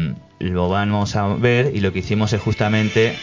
lo vamos a ver, y lo que hicimos es justamente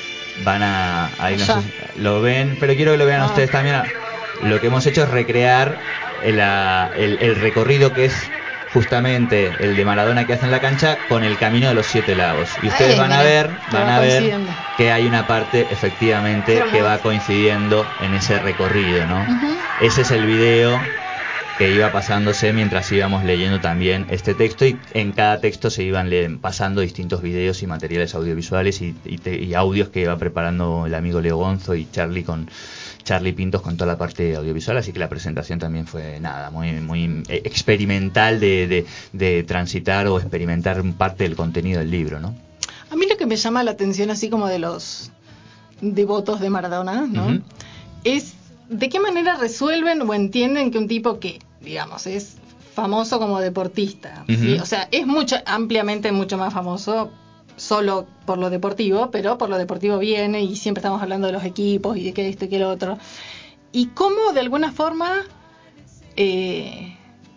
van a ahí no sé, lo ven, pero quiero que lo vean Ah. ustedes también. Lo que hemos hecho es recrear el, el, el recorrido que es justamente el de Maradona que hace en la cancha con el camino de los siete lagos. Y ustedes Ay, van a mira, ver, van va a ver coincidiendo. que hay una parte efectivamente Hermoso. que va coincidiendo en ese recorrido, ¿no? Ujú. Ese es el video que iba pasándose mientras íbamos leyendo también este texto, y en cada texto se iban le- pasando distintos videos y materiales audiovisuales y, y, te- y audios que iba preparando el amigo Leo Gonzo y Charlie con Charlie Pintos con toda la parte audiovisual, así que la presentación también fue nada, muy muy eh, experimental de, de, de transitar o experimentar parte del contenido del libro, ¿no? A mí lo que me llama la atención, así como de los devotos de Maradona, ¿no? Ujú. Es de qué manera resuelven o entienden que un tipo que, digamos, es famoso como deportista, ¿sí? Ujú. O sea, es mucho, ampliamente mucho más famoso solo por lo deportivo, pero por lo deportivo viene y siempre estamos hablando de los equipos y de que esto y que lo otro. Y cómo de alguna forma eh,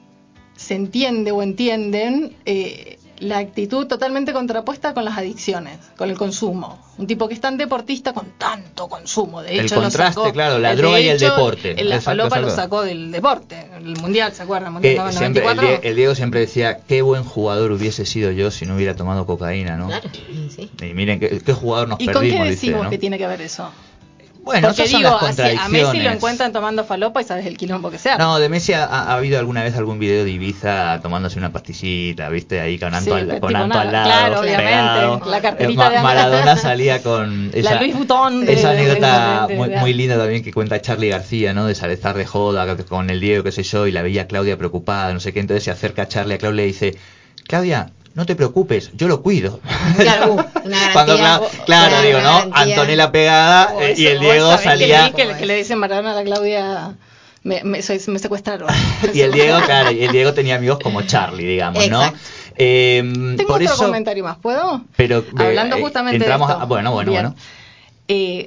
se entiende o entienden eh, la actitud totalmente contrapuesta con las adicciones, con el consumo. Un tipo que es tan deportista con tanto consumo. De El hecho, lo contraste, sacó, claro, la de droga y el hecho, deporte. el- La Exacto, falopa lo exacto. sacó del deporte, el mundial, ¿se acuerdan? Que Mundial siempre, el, noventa y cuatro. Die- el Diego siempre decía, qué buen jugador hubiese sido yo si no hubiera tomado cocaína, ¿no? Claro, sí. Y miren qué, qué jugador nos ¿Y con perdimos, qué dice, decimos ¿no? que tiene que ver eso? Bueno, Porque esas son digo, las así, a Messi lo contradicciones. encuentran tomando falopa y sabes el quilombo que sea. No, de Messi ha, ha habido alguna vez algún video de Ibiza tomándose una pastillita, ¿viste? Ahí con Anto, Sí, al, pero con tipo Anto nada, al lado, claro, obviamente, pegado. la carterita Eh, Ma- de Anto. Maradona salía con esa, La Louis Vuitton de- esa de- anécdota de- de- muy, de- muy linda también que cuenta Charlie García, ¿no? De salir estar de joda con el Diego, qué sé yo, y la veía Claudia preocupada, no sé qué, entonces se acerca a Charlie, a Claudia y le dice, Claudia, no te preocupes, yo lo cuido. Claro, uh, una garantía. Cuando, Cla- claro, Claro, digo, una ¿no? garantía. Antonella pegada Oh, eh, y eso, el vos Diego sabés salía... Que, que, que le dicen Maradona a la Claudia, me, me, soy- me secuestraron. Y el Diego, claro, y el Diego tenía amigos como Charlie, digamos, ¿no? Exacto. Eh, Tengo por otro eso, comentario más, ¿puedo? pero eh, Hablando eh, justamente entramos de esto. a- bueno, bueno, Bien. bueno. Eh,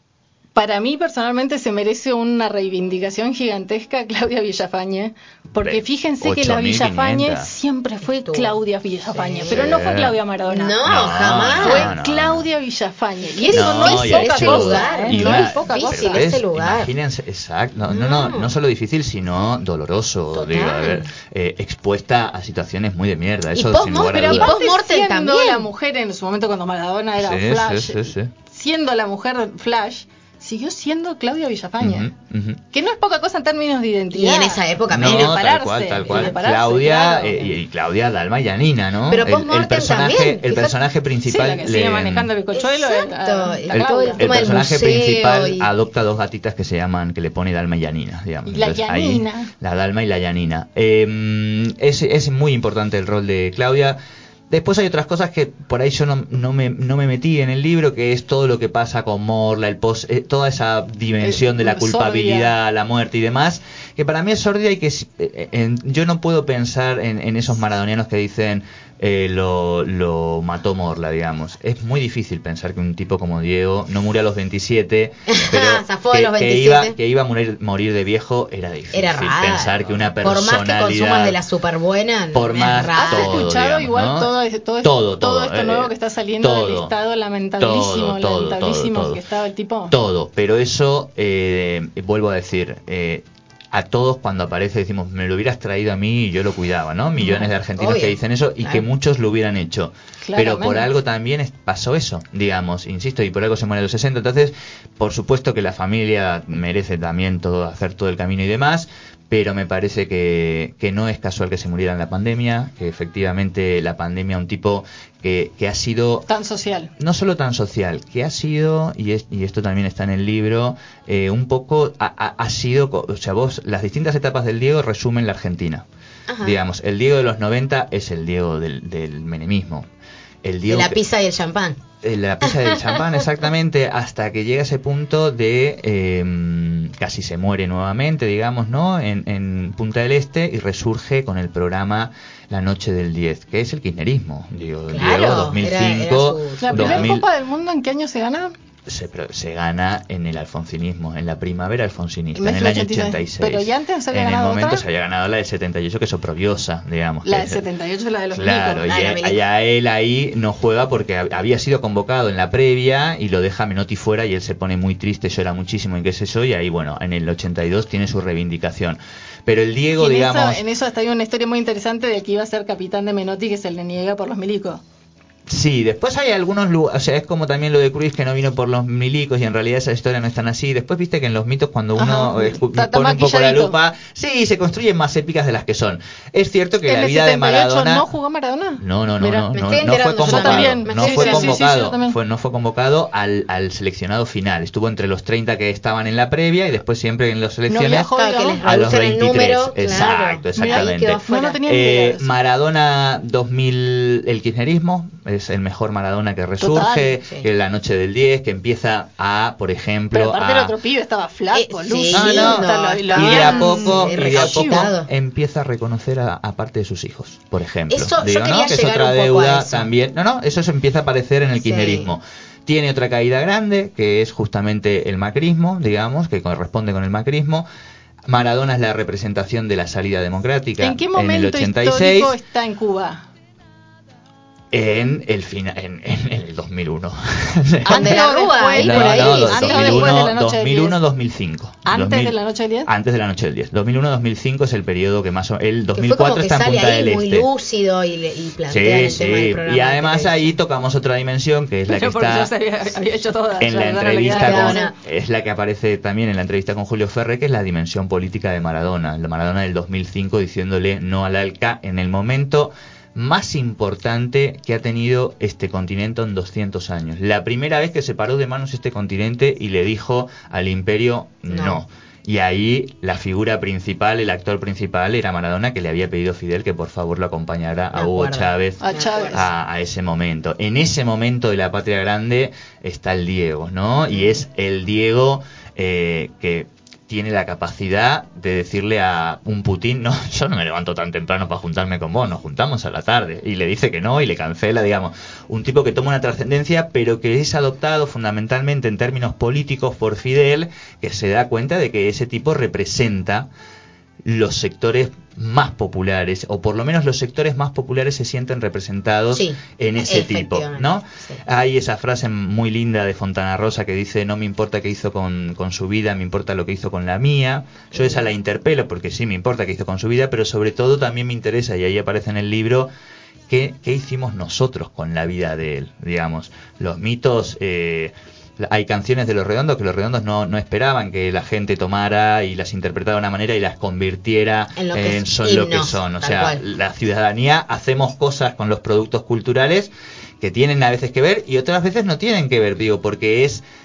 para mí personalmente se merece una reivindicación gigantesca Claudia Villafañe, porque Hombre, fíjense que la ocho mil Villafañe quinientas. siempre fue Estuvo. Claudia Villafañe, Sí. pero no fue Claudia Maradona. No, No, jamás. Fue no, no, Claudia Villafañe. Y Y eso eso no, no es y poca ese cosa, lugar, ¿eh? y No una- es poca difícil cosa. pero ese ustedes lugar. Imagínense, exacto, no, no, no, No. no solo difícil, sino doloroso, Total. digo, a ver, eh, expuesta a situaciones muy de mierda, Y eso post- sin lugar a Pero Y dudas. aparte post-mortem siendo también. la mujer en su momento cuando Maradona era Sí, Flash, sí, sí, sí. siendo la mujer Flash, siguió siendo Claudia Villafañe. Ujú, ujú. Que no es poca cosa en términos de identidad. Y en esa época No, menos. de No, pararse, tal cual, tal y cual. de pararse, Claudia claro. eh, y, y Claudia, Dalma y Janina, ¿no? Pero el, post-mortem el personaje, también, el fíjate. personaje Sí, principal la que sigue le- manejando el bizcochuelo es Exacto, la, el- la el, todo Claudia. el tema el del personaje museo principal y- adopta dos gatitas que se llaman, que le pone Dalma y Yanina, digamos. Y la Entonces, ahí, Yanina. la Dalma y la Yanina. Eh, es, es muy importante el rol de Claudia. Después hay otras cosas que por ahí yo no, no, me, no me metí en el libro, que es todo lo que pasa con Morla, el post, eh, toda esa dimensión de la culpabilidad, la muerte y demás, que para mí es sórdida y que eh, en, yo no puedo pensar en, en esos maradonianos que dicen eh, lo, lo mató Morla, digamos. Es muy difícil pensar que un tipo como Diego no murió a los veintisiete, pero Zafó que, de los que veintisiete. iba, que iba a morir, morir de viejo era difícil. Era raro. Pensar que una personalidad... Por más que consumas de la super buena, por más raro. ¿Has todo, escuchado digamos, igual ¿no? todo, todo, todo, todo, todo esto eh, nuevo que está saliendo todo, del estado lamentabilísimo, todo, todo, lamentabilísimo todo, todo. que estaba el tipo? Todo, pero eso, eh, vuelvo a decir, eh, a todos cuando aparece decimos, me lo hubieras traído a mí y yo lo cuidaba, ¿no? Millones de argentinos obvio, que dicen eso y claro. que muchos lo hubieran hecho. Pero por Claramente. algo también es- pasó eso, digamos, insisto, y por algo se muere a los sesenta. Entonces, por supuesto que la familia merece también todo, hacer todo el camino y demás, pero me parece que, que no es casual que se muriera en la pandemia, que efectivamente la pandemia, un tipo que, que ha sido... Tan social. No solo tan social, que ha sido, y, es, y esto también está en el libro, eh, un poco, ha, ha, ha sido, o sea, vos, las distintas etapas del Diego resumen la Argentina. Ajá. Digamos, el Diego de los noventa es el Diego del, del menemismo. El De Diego la que- pizza y el champán. eh, la pizza del champán, exactamente, hasta que llega ese punto de eh, casi se muere nuevamente, digamos, ¿no? En, en Punta del Este y resurge con el programa La Noche del diez, que es el kirchnerismo, digo, Claro, Diego dos mil cinco, era- era su- ¿La primera dos mil, Copa del Mundo en qué año se gana? se, pro- se gana en el alfonsinismo, en la primavera alfonsinista, En en el año ochenta y seis. ochenta y seis. Pero ya antes se había en el ganado momento otra. se había ganado la del setenta y ocho, que es oprobiosa, digamos. La que del es- setenta y ocho es la de los Claro, milicos. y Ah, la a- milico. ya él ahí no juega porque hab- había sido convocado en la previa y lo deja Menotti fuera y él se pone muy triste, llora muchísimo y qué sé yo, y ahí bueno, en el ochenta y dos tiene su reivindicación. Pero el Diego, Y en, digamos... eso, en eso hasta hay una historia muy interesante del que iba a ser capitán de Menotti, que se le niega por los milicos. Sí, después hay algunos lugares, o sea, es como también lo de Cruz, que no vino por los milicos y en realidad esa historia no es tan así. Después viste que en los mitos cuando uno Ajá, eh, está- está pone un poco la maquilladito. lupa, sí, se construyen más épicas de las que son. Es cierto que ¿En la el vida de setenta y ocho Maradona... no jugó Maradona? No, no, no, Mira, no, me no, estoy no fue enterando, yo convocado, también, me no estoy fue enterando. Sí, sí, sí, yo convocado, también. fue, no fue convocado al, al seleccionado final. Estuvo entre los treinta que estaban en la previa y después siempre en las selecciones viajó, Claro, que digamos, les a los reducen el veintitrés. número, claro. Exacto, Mira, ahí exactamente. quedó afuera. No, no tenía ni idea de Eh, eso. Maradona dos mil, el kirchnerismo es el mejor Maradona que resurge, Total, sí. que la noche del diez, que empieza a, por ejemplo, Pero aparte a... el otro pibe estaba flaco, Eh, luz. sí, No, no, no, y de a habían, poco, eh, y de a poco recauchutado. empieza a reconocer a, a parte de sus hijos, por ejemplo. Eso, yo Digo, quería ¿no? Que es llegar otra un poco a deuda eso. también. No, no, eso se empieza a aparecer en el Sí. kirchnerismo. Tiene otra caída grande, que es justamente el macrismo, digamos, que corresponde con el macrismo. Maradona es la representación de la salida democrática ¿En qué en el momento ochenta y seis. histórico está en Cuba? En el final, en, en, en el dos mil uno. Con De la o Rúa, después, ahí No, por ahí. no, antes o dos mil uno, después de la noche del dos mil uno, diez. dos mil cinco. ¿Antes dos mil de la noche del diez? Antes de la noche del diez. dos mil uno, dos mil cinco es el periodo que más o el Que dos fue mil como cuatro que está en sale Punta ahí del muy Este. lúcido y, le- y plantea Sí, el tema del sí. programa Y de además ahí televisión. tocamos otra dimensión que es la que Pero porque ya está se había, había hecho toda. en ya la no le entrevista quedaba con, nada. es la que aparece también en la entrevista con Julio Ferre, que es la dimensión política de Maradona, la Maradona del dos mil cinco diciéndole no al ALCA en el momento más importante que ha tenido este continente en doscientos años. La primera vez que se paró de manos este continente y le dijo al imperio no. No. Y ahí la figura principal, el actor principal era Maradona, que le había pedido a Fidel que por favor lo acompañara Me a Hugo acuerdo. Chávez A Chávez. a, a ese momento. En ese momento de la patria grande está el Diego, ¿no? Y es el Diego eh, que tiene la capacidad de decirle a un Putin, no, yo no me levanto tan temprano para juntarme con vos, nos juntamos a la tarde, y le dice que no y le cancela, digamos, un tipo que toma una trascendencia, pero que es adoptado fundamentalmente en términos políticos por Fidel, que se da cuenta de que ese tipo representa los sectores más populares, o por lo menos los sectores más populares se sienten representados Sí, en ese tipo, efectivamente, ¿no? sí. Hay esa frase muy linda de Fontana Rosa que dice, no me importa qué hizo con, con su vida, me importa lo que hizo con la mía. Yo esa la interpelo porque sí me importa qué hizo con su vida, pero sobre todo también me interesa, y ahí aparece en el libro, qué, qué hicimos nosotros con la vida de él, digamos. Los mitos... Eh, hay canciones de Los Redondos que Los Redondos no, no esperaban que la gente tomara y las interpretara de una manera y las convirtiera En lo que en es son lo que himnos, son. O tal sea, cual. la ciudadanía hacemos cosas con los productos culturales que tienen a veces que ver y otras veces no tienen que ver, digo, porque es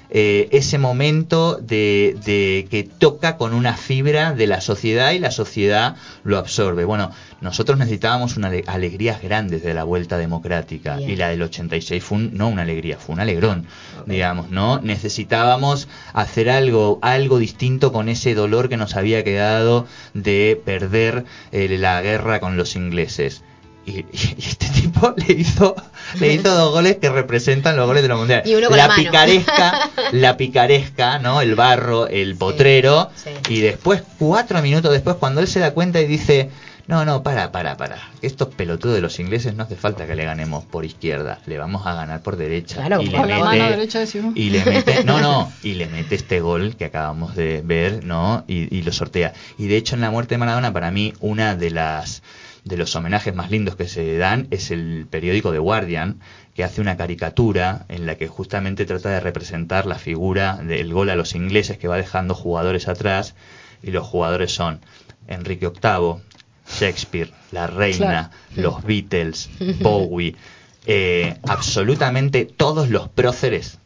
eh, ese momento de, de que toca con una fibra de la sociedad y la sociedad lo absorbe. Bueno, nosotros necesitábamos una ale- alegrías grandes de la vuelta democrática. Bien. Y la del ochenta y seis fue un, no una alegría, fue un alegrón, okay. digamos, ¿no? Necesitábamos hacer algo, algo distinto con ese dolor que nos había quedado de perder eh, la guerra con los ingleses. Y, y este tipo le hizo le hizo dos goles que representan los goles de los mundiales. Y uno con la, la picaresca, la picaresca, ¿no? El barro, el potrero, sí, sí. Y después, cuatro minutos después, cuando él se da cuenta y dice, no, no, para, para, para, estos pelotudos de los ingleses no hace falta que le ganemos por izquierda, le vamos a ganar por derecha. Claro, y le con mete, la mano derecha decimos. y le mete, no, no, y le mete este gol que acabamos de ver, ¿no? Y, y lo sortea. Y de hecho, en la muerte de Maradona, para mí, una de las de los homenajes más lindos que se dan es el periódico The Guardian, que hace una caricatura en la que justamente trata de representar la figura del gol a los ingleses que va dejando jugadores atrás, y los jugadores son Enrique octavo, Shakespeare, La Reina, claro. Los Beatles, Bowie, eh, absolutamente todos los próceres,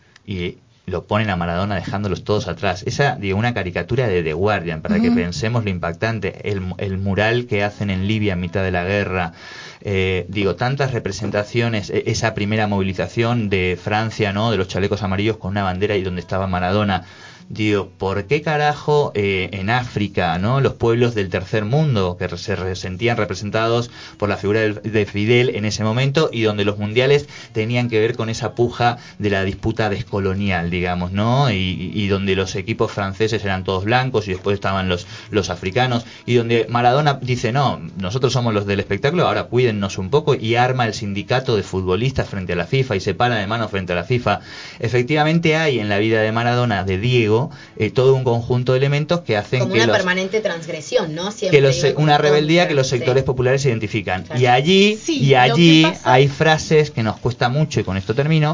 y lo ponen a Maradona dejándolos todos atrás. Esa, digo, una caricatura de The Guardian, para uh-huh. que pensemos lo impactante. El, el mural que hacen en Libia en mitad de la guerra, eh, digo, tantas representaciones, esa primera movilización de Francia, ¿no? De los chalecos amarillos con una bandera y donde estaba Maradona. Digo, ¿por qué carajo eh, en África, ¿no? Los pueblos del tercer mundo que se sentían representados por la figura de, de Fidel en ese momento, y donde los mundiales tenían que ver con esa puja de la disputa descolonial, digamos, ¿no? Y, y donde los equipos franceses eran todos blancos y después estaban los, los africanos, y donde Maradona dice, no, nosotros somos los del espectáculo, ahora cuídennos un poco, y arma el sindicato de futbolistas frente a la FIFA y se para de mano frente a la FIFA. Efectivamente hay en la vida de Maradona, de Diego, Eh, todo un conjunto de elementos que hacen como que una los, permanente transgresión, ¿no? Siempre que los, una rebeldía contra, que los sectores sí. populares se identifican. Claro. Y allí, sí, y allí pasa... hay frases que nos cuesta mucho, y con esto termino,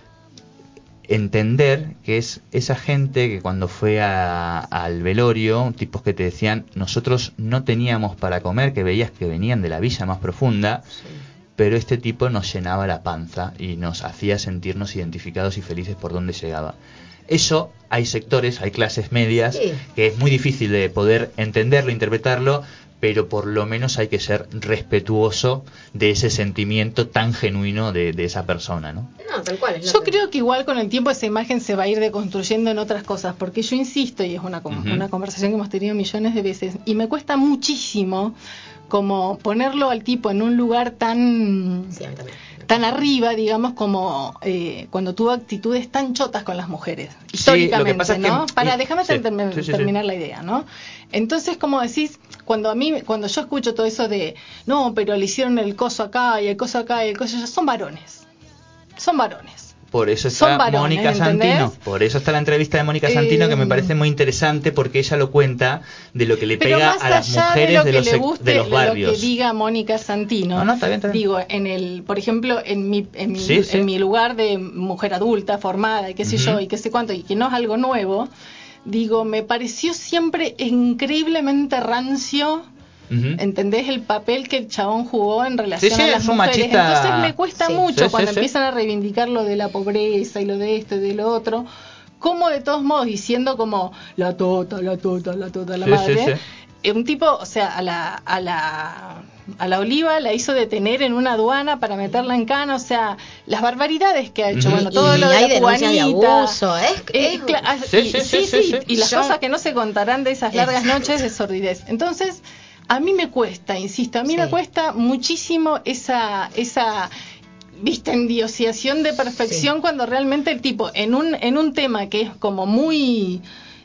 entender que es esa gente que cuando fue a, al velorio, tipos que te decían, nosotros no teníamos para comer, que veías que venían de la villa más profunda, sí. pero este tipo nos llenaba la panza y nos hacía sentirnos identificados y felices por donde llegaba. Eso, hay sectores, hay clases medias, sí. que es muy difícil de poder entenderlo, interpretarlo, pero por lo menos hay que ser respetuoso de ese sentimiento tan genuino de, de esa persona, ¿no? No, tal cual. Es yo que... creo que igual con el tiempo esa imagen se va a ir deconstruyendo en otras cosas, porque yo insisto, y es una, uh-huh. una conversación que hemos tenido millones de veces, y me cuesta muchísimo como ponerlo al tipo en un lugar tan... Sí, a mí también. tan arriba, digamos, como eh, cuando tuvo actitudes tan chotas con las mujeres, históricamente, sí, lo que pasa ¿no? Es que, Para, déjame sí, ter- sí, sí, terminar sí. la idea, ¿no? Entonces, como decís, cuando a mí, cuando yo escucho todo eso de, no, pero le hicieron el coso acá, y el coso acá, y el coso allá, son varones, son varones. Por eso está varones, Mónica ¿entendés? Santino, por eso está la entrevista de Mónica eh, Santino, que me parece muy interesante, porque ella lo cuenta de lo que le pega a las mujeres de, de, los, guste, de los barrios. Lo que diga Mónica Santino, no, no, está bien, está bien. Digo, en el, por ejemplo, en mi, en mi, sí, sí. en mi lugar de mujer adulta, formada, y qué sé uh-huh. yo, y qué sé cuánto, y que no es algo nuevo, digo, me pareció siempre increíblemente rancio. Uh-huh. ¿Entendés el papel que el chabón jugó en relación sí, sí, a las es un mujeres? Machista... Entonces me cuesta sí, mucho sí, cuando sí, empiezan sí. a reivindicar lo de la pobreza y lo de esto y de lo otro, como de todos modos diciendo como la tota, la tota, la tota, la sí, madre. Sí, sí. Un tipo, o sea, a la, a la a la Oliva la hizo detener en una aduana para meterla en cana, o sea, las barbaridades que ha hecho, uh-huh. bueno, todo y lo de hay la cubanita, de abuso, ¿eh? eh, cla- sí, y, sí, sí, sí, sí, sí, y las Yo... cosas que no se contarán de esas largas Exacto. noches de sordidez. Entonces, a mí me cuesta, insisto, a mí sí. me cuesta muchísimo esa esa vista endiosiación de perfección sí. cuando realmente el tipo en un en un tema que es como muy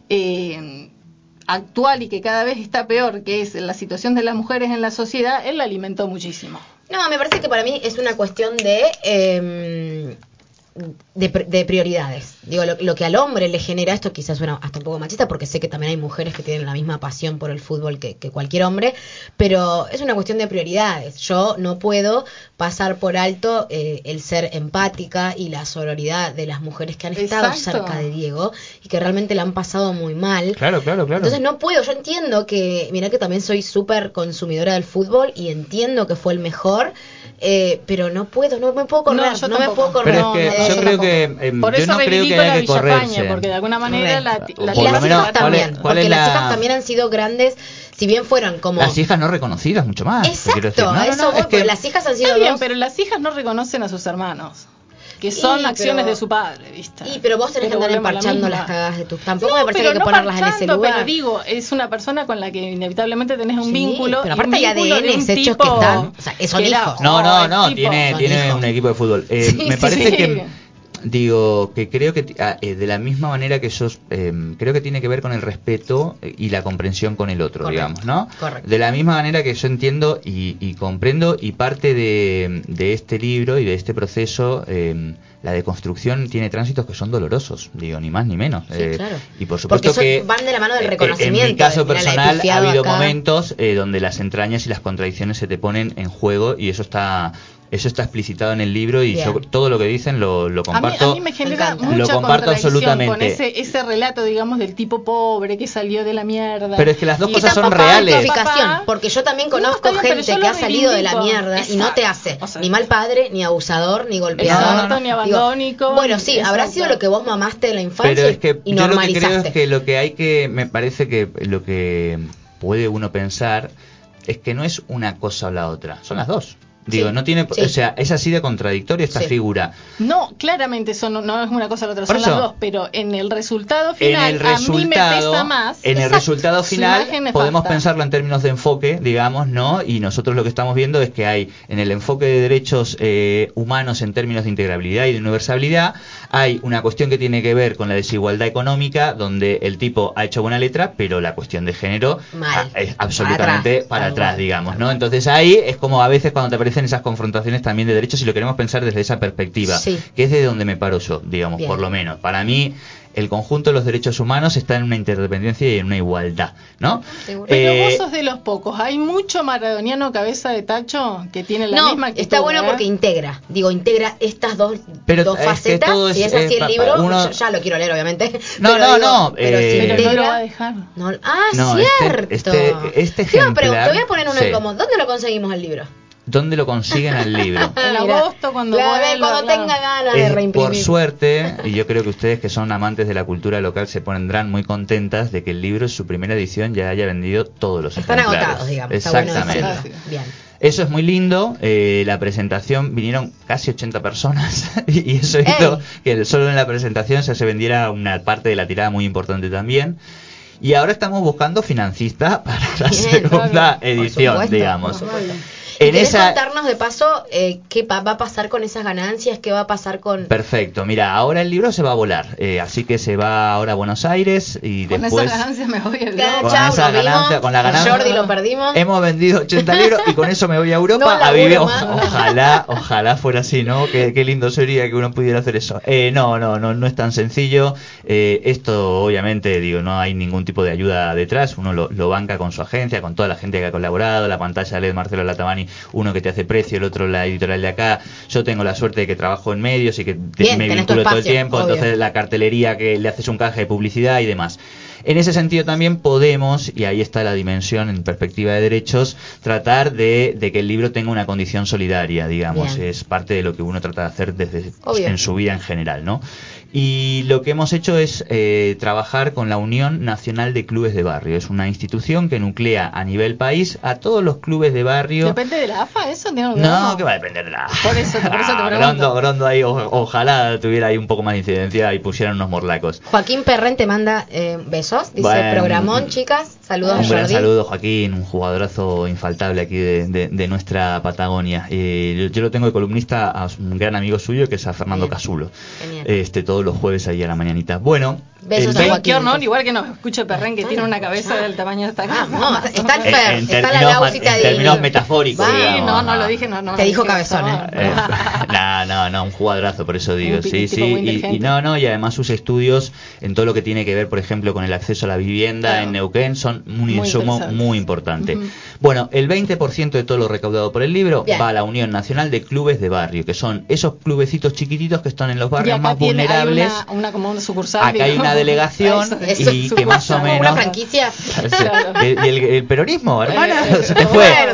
eh, actual y que cada vez está peor, que es la situación de las mujeres en la sociedad, él la alimentó muchísimo. No, me parece que para mí es una cuestión de eh, de, de prioridades. Digo, lo, lo que al hombre le genera esto quizás suena hasta un poco machista, porque sé que también hay mujeres que tienen la misma pasión por el fútbol que, que cualquier hombre, pero es una cuestión de prioridades. Yo no puedo pasar por alto eh, el ser empática y la sororidad de las mujeres que han estado Exacto. cerca de Diego y que realmente la han pasado muy mal. Claro, claro, claro. Entonces no puedo, yo entiendo que, mirá que también soy súper consumidora del fútbol y entiendo que fue el mejor, eh, pero no puedo, no me puedo correr, no, no me puedo correr. Pero es que no, yo no, creo no, que eh, por yo eso no creo que Nicola que Villafañe, correrse. porque de alguna manera la, O la Y por lo las menos, hijas ¿cuál también, es- cuál porque es las la- hijas también han sido grandes, si bien fueron como... Las hijas no reconocidas mucho más. te Exacto, quiero decir. No, a no, eso no, voy, es que porque las hijas han sido Está bien, dos... pero las hijas no reconocen a sus hermanos, que son Y, acciones pero- de su padre, ¿viste? Y pero vos tenés Pero que andar volvemos a la emparchando misma. las cagadas de tus... Tampoco No, me parece que pero hay que no ponerlas en ese parchando, lugar. Pero digo, es una persona con la que inevitablemente tenés un Sí, vínculo. pero y aparte un hay vínculo A D N de un hechos tipo que están... O sea, son que era- hijos. No, no, oh, no, el tipo- tiene, Son tiene hijos. un equipo de fútbol. Eh, Sí, me sí, parece sí. que, digo, que creo que ah, eh, de la misma manera que eso, eh, creo que tiene que ver con el respeto y la comprensión con el otro, Correcto, digamos, ¿no? correcto. De la misma manera que yo entiendo y, y comprendo, y parte de, de este libro y de este proceso, eh, la deconstrucción tiene tránsitos que son dolorosos, digo, ni más ni menos. Sí, Eh, claro. Y por supuesto Porque son- que van de la mano del eh, eh, reconocimiento. en mi caso de, "Mira, la he personal ha pifiado habido acá". momentos eh, donde las entrañas y las contradicciones se te ponen en juego, y eso está eso está explicitado en el libro, y Bien. yo todo lo que dicen lo, lo A mí, comparto. a mí me genera encanta. mucha Lo comparto contradicción absolutamente. con ese, ese relato, digamos, del tipo pobre que salió de la mierda. Pero es que las dos Y cosas que son tampoco reales. papá- Justificación, porque yo también No, conozco está bien, pero gente yo que lo ha salido de la reivindico. mierda y no te hace Exacto. O sea, ni mal padre, ni abusador, ni golpeador. Exacto, ni Digo, abandónico, bueno, sí, habrá exacto. sido lo que vos mamaste de la infancia Pero es que y yo lo que normalizaste. creo es que lo que hay que, me parece que lo que puede uno pensar es que no es una cosa o la otra, son las dos. Digo, Sí, no tiene, sí. o sea, es así de contradictoria esta Sí. figura. No, claramente eso no, no es una cosa o la otra, Por son eso, las dos, pero en el resultado En final el a mí me resultado, pesa más. en el Exacto, resultado su final imagen nefasta. podemos pensarlo en términos de enfoque, digamos, ¿no? Y nosotros lo que estamos viendo es que hay en el enfoque de derechos eh, humanos en términos de integrabilidad y de universalidad, hay una cuestión que tiene que ver con la desigualdad económica, donde el tipo ha hecho buena letra, pero la cuestión de género Mal. ah, es absolutamente Para para atrás, atrás, tal digamos, cual, ¿no? tal Entonces ahí es como a veces cuando te aparecen esas confrontaciones también de derechos, y lo queremos pensar desde esa perspectiva, Sí. que es de donde me paro yo, digamos, Bien. por lo menos. Para mí, el conjunto de los derechos humanos está en una interdependencia y en una igualdad, ¿no? Seguro. Pero Eh, vos sos de los pocos. Hay mucho maradoniano cabeza de tacho que tiene la No, misma actitud. está bueno ¿eh? porque integra, digo, integra estas dos, Pero dos es que facetas, todo es- y es así es el pa- libro, uno- yo ya lo quiero leer obviamente. No, pero no, digo, no, pero eh, si Pero no integra, lo va a dejar. no- ah, No, este- cierto. este- este Te iba a preguntar, ejemplar- te voy a poner una sí. incómoda. ¿Dónde lo conseguimos el libro? ¿Dónde lo consiguen el libro? En Mira, agosto, cuando la- vuelva, cuando claro. tenga ganas de Eh, reimprimir. por suerte, y yo creo que ustedes que son amantes de la cultura local se pondrán muy contentas de que el libro en su primera edición ya haya vendido todos los Están ejemplares. agotados, digamos. Está bueno Exactamente. decirlo. Bien. Eso es muy lindo. Eh, la presentación vinieron casi ochenta personas y eso hizo ¡Ey! que solo en la presentación se, se vendiera una parte de la tirada muy importante también. Y ahora estamos buscando financistas para la Bien, segunda claro. Por edición, supuesto, digamos. por supuesto. En ¿Y querés esa- contarnos de paso eh, qué pa- va a pasar con esas ganancias? ¿Qué va a pasar con...? Perfecto, mira, ahora el libro se va a volar, eh, así que se va ahora a Buenos Aires y Con después... esas ganancias me voy al Claro, Con chau, esa nos vimos. ganancia, con la A ganancia- Jordi lo perdimos. Hemos vendido ochenta libros y con eso me voy a Europa No a laburo vivir. O- más. ojalá, ojalá fuera así, ¿no? Qué, qué lindo sería que uno pudiera hacer eso. Eh, no, no, no, no es tan sencillo. Eh, esto, obviamente, digo, no hay ningún tipo de ayuda detrás. Uno lo, lo banca con su agencia, con toda la gente que ha colaborado. La pantalla L E D Marcelo Latamani, uno que te hace precio, el otro la editorial de acá. Yo tengo la suerte de que trabajo en medios y que te- Bien, me tenés tu vinculo todo el espacio, tiempo. obvio. Entonces, la cartelería que le haces un canje de publicidad y demás. En ese sentido también podemos, y ahí está la dimensión en perspectiva de derechos, tratar de, de que el libro tenga una condición solidaria, digamos. Bien. Es parte de lo que uno trata de hacer desde Obvio. en su vida en general, ¿no? Y lo que hemos hecho es eh, trabajar con la Unión Nacional de Clubes de Barrio. Es una institución que nuclea a nivel país a todos los clubes de barrio. ¿Depende de la A F A eso? ¿Tiene algo No, ver? que va a depender de la... Por eso- por eso te Ah, pregunto. Grondo, Grondo ahí, o- ojalá tuviera ahí un poco más de incidencia y pusieran unos morlacos. Joaquín Perren te manda eh, besos. Dice, Bueno, programón, chicas. Saludos, Un gran Jordi. saludo, Joaquín, un jugadorazo infaltable aquí de, de- de nuestra Patagonia. Eh, yo, yo lo tengo de columnista a un gran amigo suyo que es a Fernando Bien. Casulo. Genial. Este, todos los jueves ahí a la mañanita. Bueno, Besos el a Qué, Joaquín. qué honor, igual que nos escuche Perren, que tiene una cabeza del tamaño de esta Ah, casa. no, está el en, Fer, en está la términos, Lau ma- y te en términos adivino. metafóricos, Va. Sí, digamos, no, no ah. lo dije, no, no. Te no dijo dije cabezón, eso. ¿eh? Eh, no, no, no, un jugadorazo, por eso digo, Un sí, tipo sí, muy y, inteligente. y no, no, y además sus estudios en todo lo que tiene que ver, por ejemplo, con el acceso a la vivienda Claro. en Neuquén son un Muy insumo interesantes. muy importante. Ujú. Bueno, el veinte por ciento de todo lo recaudado por el libro Bien. va a la Unión Nacional de Clubes de Barrio, que son esos clubecitos chiquititos que están en los Y barrios acá más tiene, hay vulnerables. una, una como una sucursal. Acá hay digamos. una delegación Eso, Eso y es que más o como menos... una franquicia. Claro. ¿Y el, el peronismo, hermana? Eh, Se te bueno, fue, se le se fue. le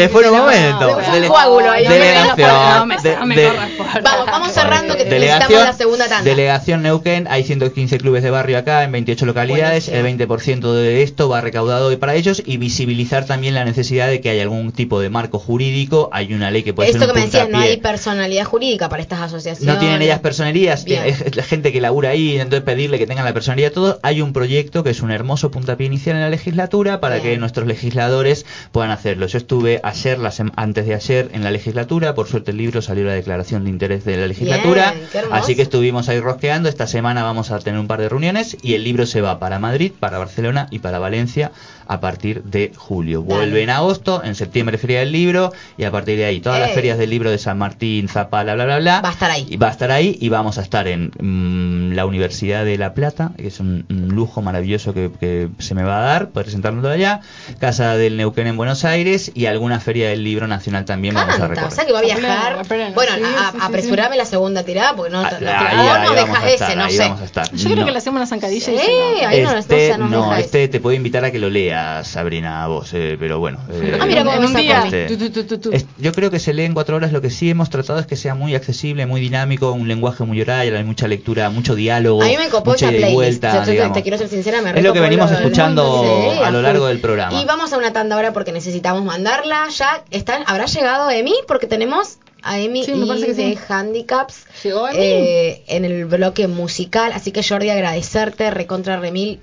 le fue en un No, momento. no, Dele- un coágulo ahí. Delegación. No me, de- no me de- corresponde. Vamos, vamos cerrando que Delegación, necesitamos la segunda tanda. Delegación Neuquén, hay ciento quince clubes de barrio acá en veintiocho localidades, Buenísimo. el veinte por ciento de esto va recaudado hoy para ellos y visibilizar también la necesidad de que haya algún tipo de marco jurídico, hay una ley que puede Esto ser que un me decías, no puntapié. hay personalidad jurídica para estas asociaciones. No tienen ellas personerías, Bien. es, es la gente que labura ahí, entonces pedirle que tengan la personería todo. Hay un proyecto que es un hermoso puntapié inicial en la legislatura para Bien. que nuestros legisladores puedan hacerlo. Yo estuve ayer, la sem- antes de ayer, en la legislatura, por suerte el libro salió la declaración de interés de la legislatura, Bien, qué hermoso. así que estuvimos ahí rosqueando. Esta semana vamos a tener un par de reuniones y el libro se va para Madrid, para Barcelona y para Valencia a partir de julio. Dale. Vuelve en agosto, en septiembre feria del libro y a partir de ahí todas las Ey. ferias del libro de San Martín, Zapala, bla bla bla. Va a estar ahí. Y va a estar ahí y vamos a estar en mm, la Universidad de La Plata, que es un, un lujo maravilloso que, que se me va a dar poder presentarlo allá, Casa del Neuquén en Buenos Aires y alguna feria del libro nacional también vamos a Canta, recorrer. o sea que va a viajar. A pleno, Bueno, sí, a- sí, sí, apresurame la segunda tirada porque no, Ah, no, ahí, no ahí nos vamos deja a estar, ese, no ahí sé. vamos a estar. Yo creo No. que le hacemos una zancadilla Sí, y se va. ahí no nos- Este, no, nos no, deja este te puedo invitar a que lo leas, Sabrina, a vos, eh, pero bueno. eh, Ah, mira cómo en me un saco día. a mí. este, Tu, tu, tu, tu. es- yo creo que se lee en cuatro horas. Lo que sí hemos tratado es que sea muy accesible, muy dinámico, un lenguaje muy oral, hay mucha lectura, mucho diálogo, A mí me copó mucha esa ida y playlist. vuelta, Yo- yo te- digamos. te quiero ser sincera, me Es lo que recopó venimos lo- escuchando Sí, a lo full. largo del programa. Y vamos a una tanda ahora porque necesitamos mandarla. Ya están, ¿habrá llegado Emi? Porque tenemos a Emi Sí, me y parece que de sí. Handicaps ¿Llegó Emi? eh, en el bloque musical. Así que Jordi, agradecerte, recontra remil.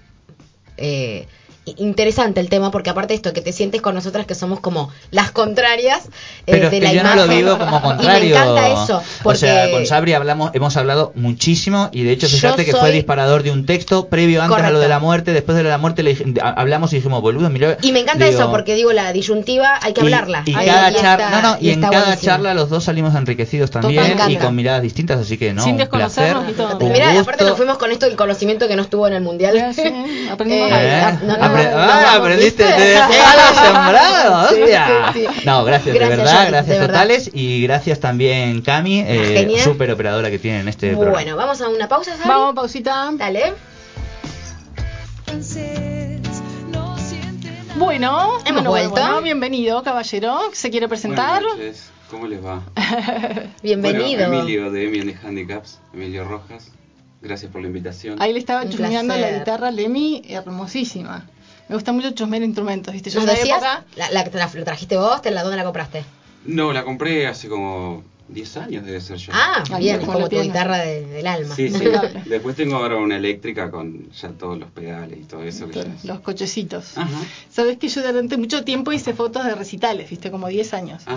Eh, interesante el tema porque aparte de esto que te sientes con nosotras que somos como las contrarias eh, Pero es de que la yo imagen no lo vivo como contrario. y me encanta eso porque O sea, con Sabri hablamos, hemos hablado muchísimo y de hecho Yo fíjate que soy- fue disparador de un texto previo antes a Correcto. lo de la muerte, después de la muerte le dij- a- hablamos y dijimos, boludo, mira. y me encanta digo, eso porque digo la disyuntiva hay que y- hablarla Y, Ahí- cada y charla, está- no, no, y, en está cada buenísimo. charla los dos salimos enriquecidos también Totalmente. y con miradas distintas, así que no, Sin un desconocernos placer, y todo. un Mira, gusto. aparte nos fuimos con esto del conocimiento que no estuvo en el mundial. Ya, sí, aprendimos Eh, algo. ¿Eh? ah, no, no, Apre- no, ah, nos vamos, aprendiste, ¿viste? te dejé algo sembrado, Sí, hostia. sí, sí. No, gracias, de Gracias, verdad, Jordi, gracias de verdad. totales y gracias también Cami, eh, genia. super operadora que tiene en este programa. Bueno, vamos a una pausa, Sari. Vamos, pausita. Dale. Bueno, Hemos bueno, vuelto. bueno, bienvenido, caballero. ¿Se quiere presentar? Buenas noches, ¿cómo les va? Bienvenido. Bueno, Emilio de Emi de Handicaps, Emilio Rojas, gracias por la invitación. Ahí le estaba Un chusmeando la placer. guitarra Lemmy, hermosísima. Me gusta mucho chusmear instrumentos, ¿viste? Yo ¿Nos en la decías? época- La, la, la- ¿Lo trajiste vos? ¿Te la, ¿Dónde la compraste? No, la compré hace como diez años, debe ser yo. Ah, Ahí bien, está, es con como la tu pierna. guitarra de- del alma. Sí, sí. Impecable. Después tengo ahora una eléctrica con ya todos los pedales y todo eso. Que ya es- Los cochecitos. Ajá, Sabes que yo durante mucho tiempo hice fotos de recitales, ¿viste? Como diez años. ajá.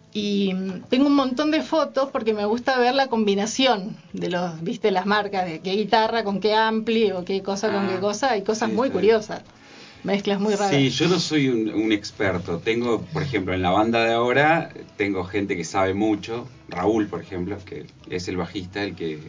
Y mm, tengo un montón de fotos porque me gusta ver la combinación de los, ¿viste? Las marcas, de qué guitarra con qué ampli o qué cosa con Ah, qué cosa. Hay cosas sí, muy está bien. curiosas. Mezclas muy raras. Sí, yo no soy un, un experto. Tengo, por ejemplo, en la banda de ahora, tengo gente que sabe mucho. Raúl, por ejemplo, que es el bajista, el que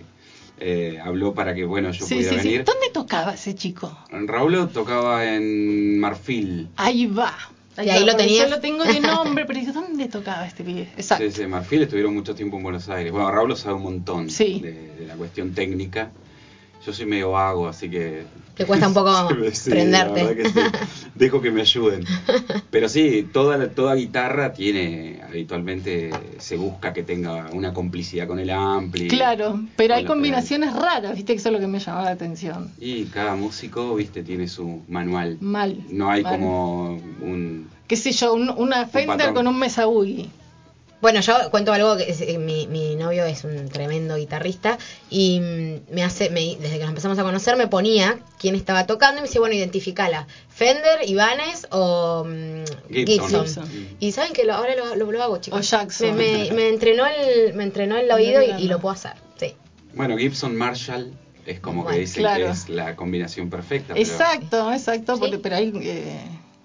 eh, habló para que, bueno, yo Sí, pudiera sí, sí. venir. ¿Dónde tocaba ese chico? Raúl tocaba en Marfil. Ahí va. Y ahí lo porque tenías. Yo lo tengo de nombre, pero digo, ¿dónde tocaba este pibe? Exacto. Sí, sí, Marfil estuvieron mucho tiempo en Buenos Aires. Bueno, Raúl lo sabe un montón Sí. de, de la cuestión técnica. Yo soy medio vago, así que... Te cuesta un poco Sí, prenderte. la verdad que sí. Dejo que me ayuden. Pero sí, toda, la- toda guitarra tiene, habitualmente se busca que tenga una complicidad con el ampli. Claro, pero con hay los combinaciones raras, ¿viste? Que eso es lo que me llamaba la atención. pedales. Y cada músico, viste, tiene su manual. Mal. No hay mal. como un... Qué sé yo, un- una Fender patrón. con un Mesa Boogie. Bueno, yo cuento algo que es, eh, mi, mi novio es un tremendo guitarrista y mm, me hace, me, desde que nos empezamos a conocer me ponía quién estaba tocando y me dice, bueno, identificala, Fender, Ibanez o mm, Gibson. Gibson. Gibson. Y saben que lo, ahora lo, lo, lo hago, chicos. O Jackson. Me, me, me entrenó el, me entrenó el oído y, y lo puedo hacer. Sí. Bueno, Gibson Marshall es como Bueno, que dicen claro. que es la combinación perfecta. pero- Exacto, exacto, Sí. porque- pero hay... eh,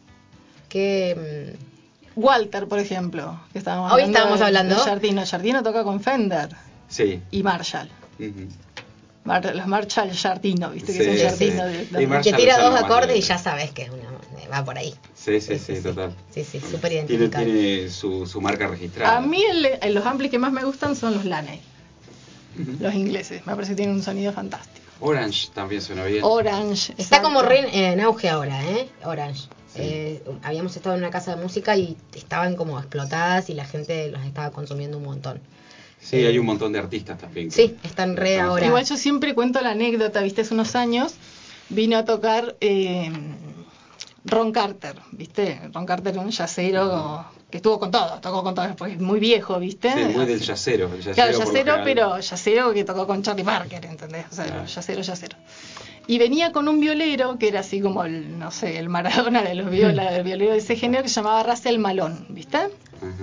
Que mm, Walter, por ejemplo, que estábamos Hoy hablando estábamos de- hablando. de Giardino. Giardino toca con Fender Sí. y Marshall. Ujú. Mar- los Marshall Giardino, ¿viste? Que Sí, son sí. Giardino Y directamente. Marshall que tira usa dos lo más acordes de- y ya sabes que es una, va por ahí. Sí, sí, sí, total. Sí, sí, súper Tiene, identificable. tiene su, su marca registrada. A mí el- el- los amplis que más me gustan son los Laney, Ujú. los ingleses. Me parece que tienen un sonido fantástico. Orange también suena bien. Orange. Está exacto. como re en auge ahora, ¿eh? Orange. Sí. Eh, habíamos estado en una casa de música y estaban como explotadas y la gente las estaba consumiendo un montón. Sí, hay un montón de artistas también. que- Sí, están re están ahora. Igual yo siempre cuento la anécdota, viste, hace unos años vino a tocar eh, Ron Carter, viste, Ron Carter un jazzero que estuvo con todo, tocó con todo, pues muy viejo, viste. Sí, muy del Así. yacero. El yacero Claro, por lo yacero, general. pero yacero que tocó con Charlie Parker, ¿entendés? O sea, Claro. yacero, yacero. Y venía con un violero que era así como el, no sé, el Maradona de los viola, el violero de ese género que se llamaba Russell Malone, ¿viste? Ajá.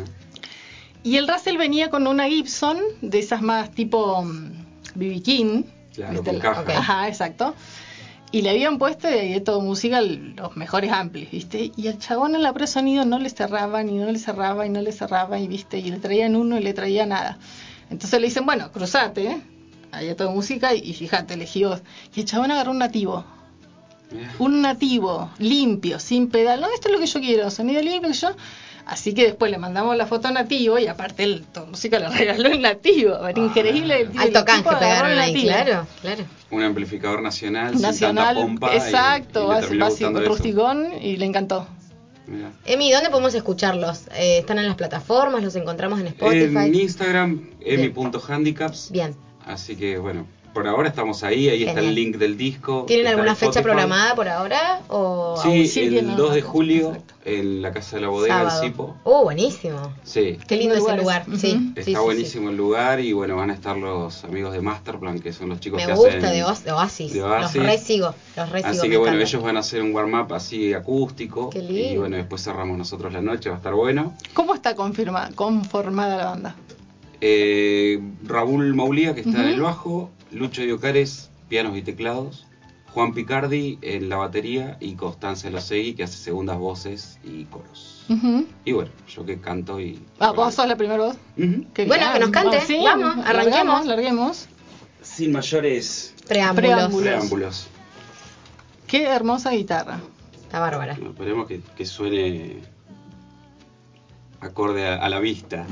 Y el Russell venía con una Gibson, de esas más tipo B B King. Claro, ¿viste? con caja. Ok. Ajá, exacto. Y le habían puesto de ahí de todo música los mejores amplis, ¿viste? Y el chabón en la prueba de sonido no le cerraban y no le cerraba y no le cerraba y, ¿viste? Y le traían uno y le traía nada. Entonces le dicen, bueno, cruzate, ¿eh? Ahí de todo música y, y fíjate, elegí vos. Y el chabón agarró un nativo. Mirá. Un nativo, limpio, sin pedal. No, esto es lo que yo quiero, sonido limpio, que yo. Así que después le mandamos la foto a nativo y aparte el todo música le regaló el nativo. Era increíble. El, Alto el canje tipo agarró pegaron el ahí, nativo. claro, claro. Un amplificador nacional, Nacional, sin tanta pompa. exacto, y, y le base- terminó básico, gustando eso. rusticón y le encantó. Mirá. Emi, ¿dónde podemos escucharlos? Eh, ¿Están en las plataformas? ¿Los encontramos en Spotify? En Instagram, Bien. emi punto handicaps. Bien. Así que bueno, por ahora estamos ahí, ahí está Genial. el link del disco. ¿Tienen está alguna en fecha Spotify. programada por ahora? O Sí, sí, el tiene dos de una julio fecha, exacto. en la Casa de la Bodega, sábado. el Cipo. Oh, buenísimo. Sí, Qué lindo ese Lugares. lugar. Ujú. Sí, está sí, sí, buenísimo el lugar y bueno, van a estar los amigos de Masterplan, que son los sí. chicos Me que gusta hacen de, Oas- de Oasis. de Oasis. Los resigo. Los resigo. Así me que bueno, encantan. ellos van a hacer un warm-up así acústico. Qué lindo. Y bueno, después cerramos nosotros la noche, va a estar bueno. ¿Cómo está confirma, conformada la banda? Eh, Raúl Maulía, que está Ujú. en el bajo, Lucho Diocares, pianos y teclados, Juan Picardi en la batería y Constanza Losegui, que hace segundas voces y coros. Ujú. Y bueno, yo que canto y... Ah, ¿vos sos la primera voz? Ujú. Qué Bueno, bien. que nos cante. Ah, sí, Vamos, arranquemos. larguemos, larguemos. Sin mayores Preámbulos. Preámbulos. preámbulos. Qué hermosa guitarra. Está bárbara. Bueno, esperemos que, que suene acorde a, a la vista.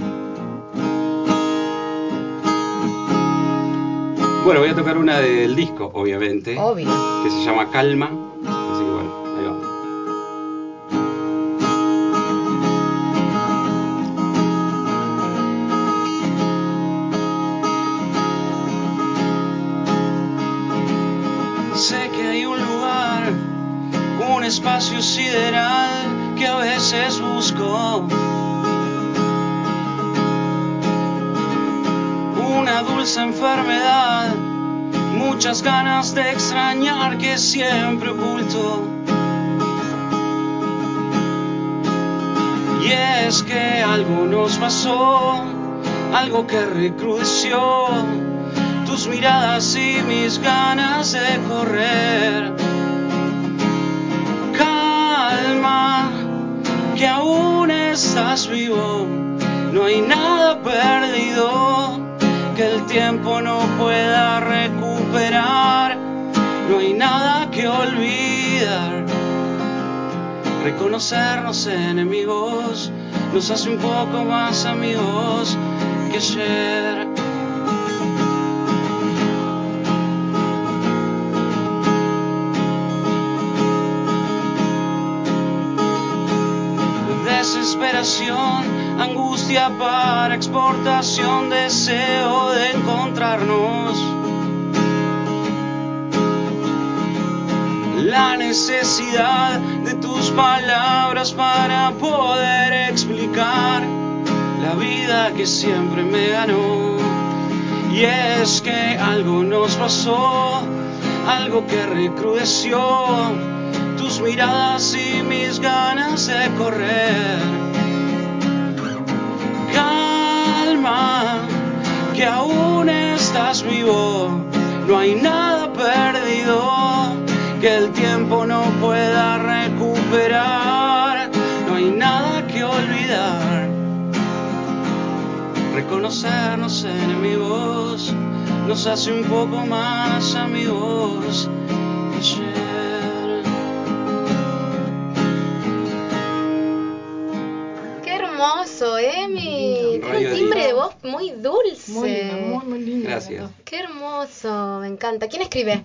Bueno, voy a tocar una del disco, obviamente. Obvio. Que se llama Calma. Así que bueno, ahí vamos. Sé que hay un lugar, un espacio sideral que a veces busco. Una dulce enfermedad, muchas ganas de extrañar que siempre oculto. Y es que algo nos pasó, algo que recrudeció tus miradas y mis ganas de correr. Calma, que aún estás vivo, no hay nada perdido que el tiempo no pueda recuperar, no hay nada que olvidar. Reconocernos enemigos nos hace un poco más amigos que ayer. Desesperación, angustia para exportación, deseo de encontrarnos. La necesidad de tus palabras para poder explicar la vida que siempre me ganó. Y es que algo nos pasó, algo que recrudeció tus miradas y mis ganas de correr. Calma, que aún estás vivo, no hay nada perdido que el tiempo no pueda recuperar, no hay nada que olvidar. Reconocernos enemigos nos hace un poco más amigos que ayer. Qué hermoso, Emi. Radio Tiene un timbre Disco. de voz muy muy dulce. Muy linda, muy, muy linda. Gracias. Qué hermoso, me encanta. ¿Quién escribe?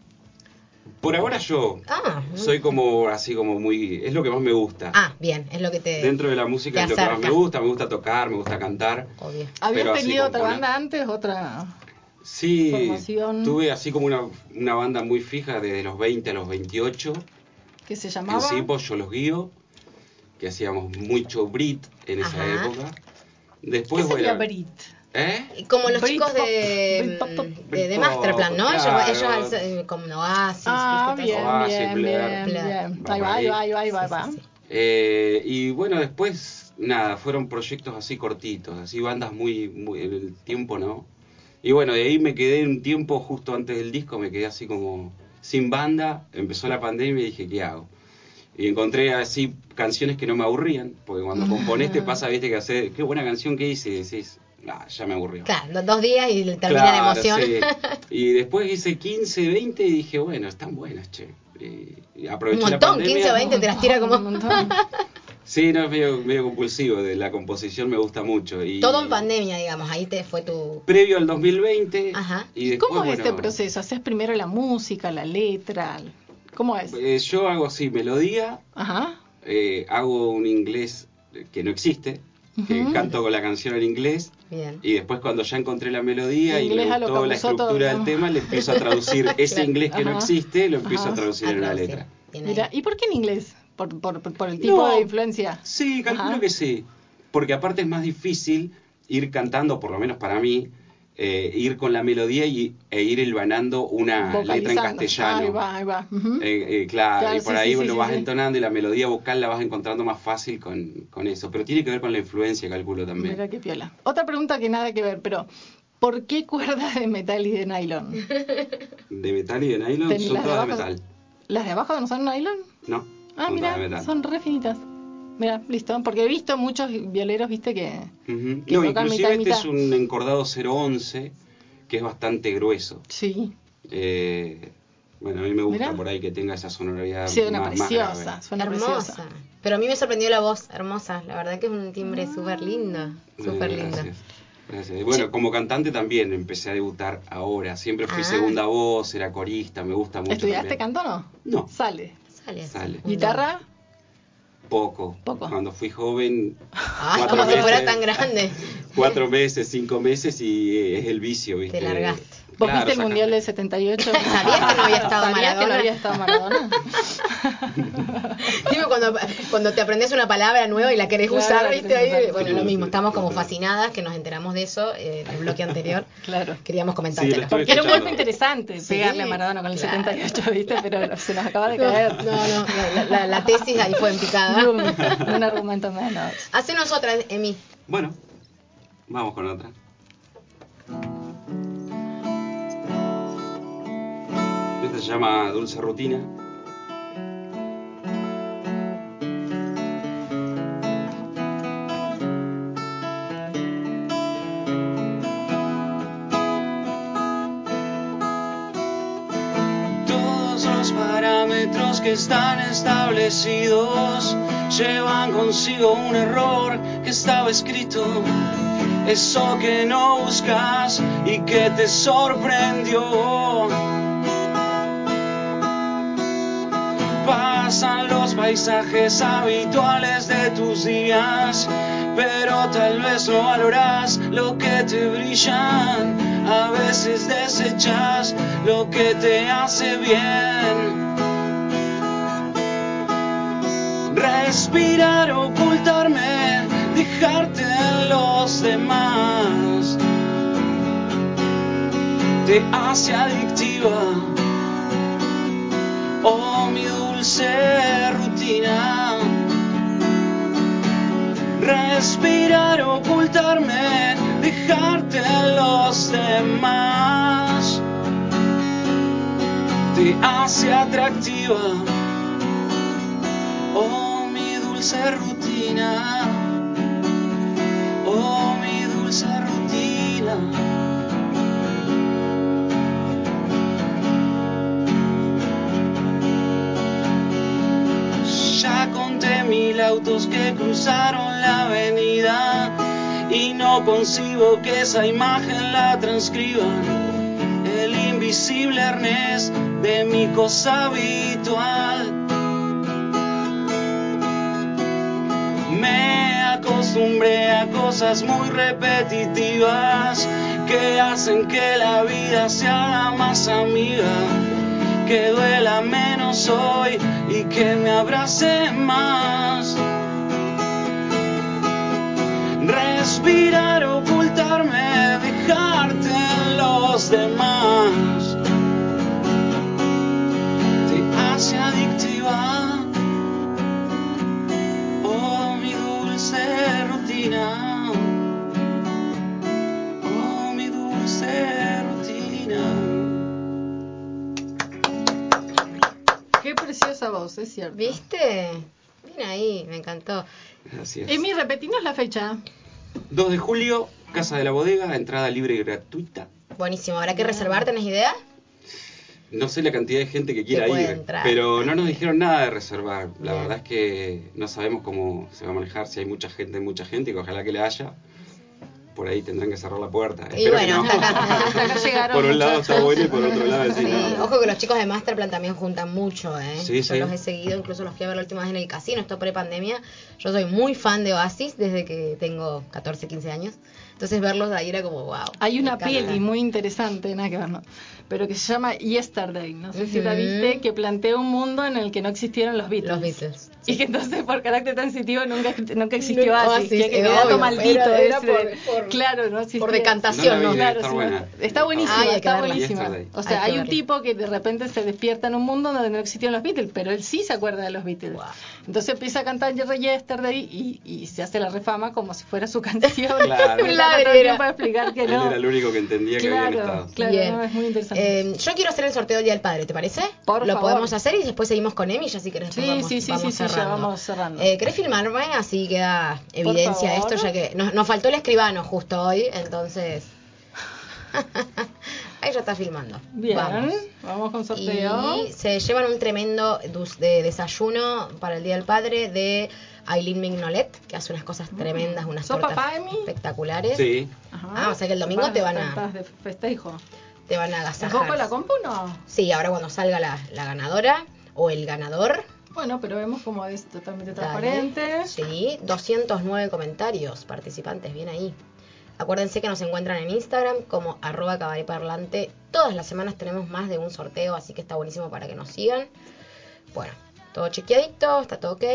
Por ahora yo Ah, muy- soy como así como muy... Es lo que más me gusta. Ah, bien, es lo que te... Dentro de la música te es lo que más acerca. me gusta. Me gusta tocar, me gusta cantar. Obvio. ¿Habías Pero así tenido otra componer. banda antes? ¿Otra? Sí, Formación. tuve así como una, una banda muy fija desde los veinte a los veintiocho. ¿Qué se En llamaba? Cipo, Yo Los Guío, que hacíamos mucho Brit en esa Ajá. época. ¿Qué Después, sería bueno... Brit? ¿Eh? Como los Britpop, chicos de, Britpop, de, de Britpop, Masterplan, ¿no? Ellos- claro. Ellos, al ser- eh, como Oasis, Ah, ¿viste? bien, Oasis, bien, Blur, bien, Blur. bien. va Ahí por va, ahí ahí. va, ahí va, ahí va, ahí Sí, va. sí, sí. Eh, y bueno, después, nada, fueron proyectos así cortitos, así bandas muy, muy, en el tiempo, ¿no? Y bueno, de ahí me quedé un tiempo justo antes del disco, me quedé así como sin banda, empezó la pandemia y dije, ¿qué hago? Y encontré así canciones que no me aburrían, porque cuando componés te pasa, viste, que hacer, qué buena canción que hice, y decís, ah, ya me aburrió. Claro, do- dos días y termina Claro, la emoción. sí. Y después hice quince, veinte y dije, bueno, están buenas, che. Y, y Un aproveché la montón, pandemia. quince o veinte te las tira como... Un montón. Sí, no, es medio, medio compulsivo, de la composición me gusta mucho. Y Todo en pandemia, digamos, ahí te fue tu... previo al dos mil veinte. Ajá. Y, ¿Y después, cómo es bueno, este proceso? ¿Haces primero la música, la letra? ¿Cómo es? eh, yo hago así, melodía, Ajá. eh, hago un inglés que no existe, que Ujú. canto con la canción en inglés. Bien. Y después cuando ya encontré la melodía y Inglés me a lo gustó la Capusotto, estructura del digamos. tema, le empiezo a traducir ese Claro. inglés que no Ajá. existe, lo empiezo Ajá. a traducir A en una traducir. letra. Bien ahí. Mira, ¿y por qué en inglés? ¿Por, por, por el tipo No, de influencia? Sí, calculo Ajá. que sí. Porque aparte es más difícil ir cantando, por lo menos para mí, eh, ir con la melodía y, e ir hilvanando una letra en Vocalizando. castellano. Ahí va, ahí va. Ujú. Eh, eh, claro, Claro, y por sí, ahí sí, bueno, sí, vas sí. entonando y la melodía vocal la vas encontrando más fácil con, con eso. Pero tiene que ver con la influencia, calculo también. Mira qué piola. Otra pregunta que nada que ver, pero ¿por qué cuerdas de metal y de nylon? De metal y de nylon Ten- son las de todas de abajo- metal. ¿Las de abajo no son nylon? No, Ah, son mira, todas de metal. son re finitas. Mira, listo. Porque he visto muchos violeros, viste, que... Ujú. que No, tocan inclusive mitad y este mitad. es un encordado cero once que es bastante grueso. Sí, Eh, bueno, a mí me gusta Mirá. por ahí que tenga esa sonoridad sí, una más, más preciosa. grave. Suena Hermosa. preciosa. Pero a mí me sorprendió la voz, hermosa. La verdad que es un timbre súper lindo. Súper Eh, lindo. gracias. Gracias. Y bueno, Sí. como cantante también empecé a debutar ahora. Siempre fui Ah. segunda voz, era corista, me gusta mucho. ¿Estudiaste también. canto o no? No. Sale. Sale así. Sale. Un ¿Guitarra? Poco. Poco. Cuando fui joven. Ay, cuatro como si fuera meses, tan grande. Cuatro meses, cinco meses y eh, es el vicio, ¿viste? Te largaste. ¿Vos Claro, viste el sacaste- Mundial del setenta y ocho? ¿Sabías que no había estado ¿Sabías que Maradona? no había estado Maradona? Dime cuando, cuando te aprendes una palabra nueva y la querés Claro, usar, la ¿viste? querés Ahí, usar. bueno, Sí, lo mismo. sí, Estamos como total. fascinadas que nos enteramos de eso eh, en el bloque anterior. Claro. Queríamos Sí, comentártelo. lo estoy Porque era un escuchando. golpe interesante Sí, pegarle a Maradona con el claro. setenta y ocho, ¿viste? Pero se nos acaba de No, caer. no, no, la, la- la tesis ahí fue en picada. Un, un argumento menos. Hacenos otra, Emi. Bueno, vamos con otra. Esta se llama Dulce Rutina. Todos los parámetros que están establecidos llevan consigo un error que estaba escrito. Eso que no buscas y que te sorprendió. Pasan los paisajes habituales de tus días, pero tal vez no valoras lo que te brillan. A veces desechas lo que te hace bien. Respirar, ocultarme, dejarte en los demás, te hace adictiva. Oh, mi dulce rutina. Respirar, ocultarme, dejarte en los demás, te hace atractiva. Oh, mi dulce rutina. Oh, mi dulce rutina. Ya conté mil autos que cruzaron la avenida y no concibo que esa imagen la transcriban. El invisible arnés de mi cosa habitual. Me acostumbré a cosas muy repetitivas que hacen que la vida sea más amiga, que duela menos hoy y que me abrace más. Respirar, ocultarme, dejarte en los demás te hace adictiva. Oh, mi dulce rutina. Oh, mi dulce rutina. Qué preciosa voz, es cierto. ¿Viste? Bien ahí, me encantó. Así es. Emi, repetinos la fecha. dos de julio, Casa de la Bodega, entrada libre y gratuita. Buenísimo, ¿habrá que reservar? ¿Tenés idea? No sé la cantidad de gente que quiera Que puede ir, entrar. pero no nos dijeron nada de reservar. La Bien. verdad es que no sabemos cómo se va a manejar, si hay mucha gente, hay mucha gente, y que ojalá que la haya. Por ahí tendrán que cerrar la puerta. Y Espero bueno, que no. acá llegaron Por un lado está muchachos. bueno y por otro lado decir, Sí, no. ojo que los chicos de Masterplan también juntan mucho, ¿eh? Sí, Yo sí. los he seguido, incluso los fui a ver la última vez en el casino, esto pre-pandemia. Yo soy muy fan de Oasis desde que tengo catorce, quince años. Entonces verlos de ahí era como, wow. Hay una me encanta. peli muy interesante, nada que ver, no, pero que se llama Yesterday, no sé si la Ujú. viste, que plantea un mundo en el que no existieron los Beatles. Los Beatles. Y que entonces por carácter tan sensitivo nunca, nunca existió No, Oasis, Oasis, que, que es dato obvio, maldito era- era ese. por- por- claro, no existía. por decantación, No la vi, ¿no? debe Claro, estar sí, buena. está, está buenísima, Ay, hay que está verla. buenísima. Yesterday. O sea, Hay hay, que un verla. tipo que de repente se despierta en un mundo donde no existían los Beatles, pero él sí se acuerda de los Beatles. Wow. Entonces empieza a cantar Yesterday y, y se hace la refama como si fuera su canción. Claro. Y Un trata todo el ladrera. tiempo de explicar que Él no. era el único que entendía que habían Claro, estado. claro, Bien. no, es muy interesante. Eh, yo quiero hacer el sorteo del Día del Padre, ¿te parece? Por Lo favor. podemos hacer y después seguimos con Emi, ya si querés después Sí, vamos, sí, sí, vamos sí, sí, ya cerrando. vamos cerrando. Eh, ¿Querés filmarme? Así queda evidencia de favor. esto, ya que nos, nos faltó el escribano justo hoy, entonces... Ahí ya está filmando. Bien, Vamos. vamos con sorteo. Y se llevan un tremendo dus- de desayuno para el Día del Padre de Aileen Mignolet, que hace unas cosas tremendas, unas ¿Sos tortas papá, Emi? espectaculares. Sí. Ajá. Ah, o sea que el domingo te van a- Estás de festejo. Te van a ¿Un agasajar. poco la compu no? Sí, ahora cuando salga la, la ganadora o el ganador. Bueno, pero vemos como es totalmente Dale. transparente. Sí, doscientos nueve comentarios, participantes, bien ahí. Acuérdense que nos encuentran en Instagram como arroba cabaretparlante. Todas las semanas tenemos más de un sorteo, así que está buenísimo para que nos sigan. Bueno, todo chequeadito, está todo ok.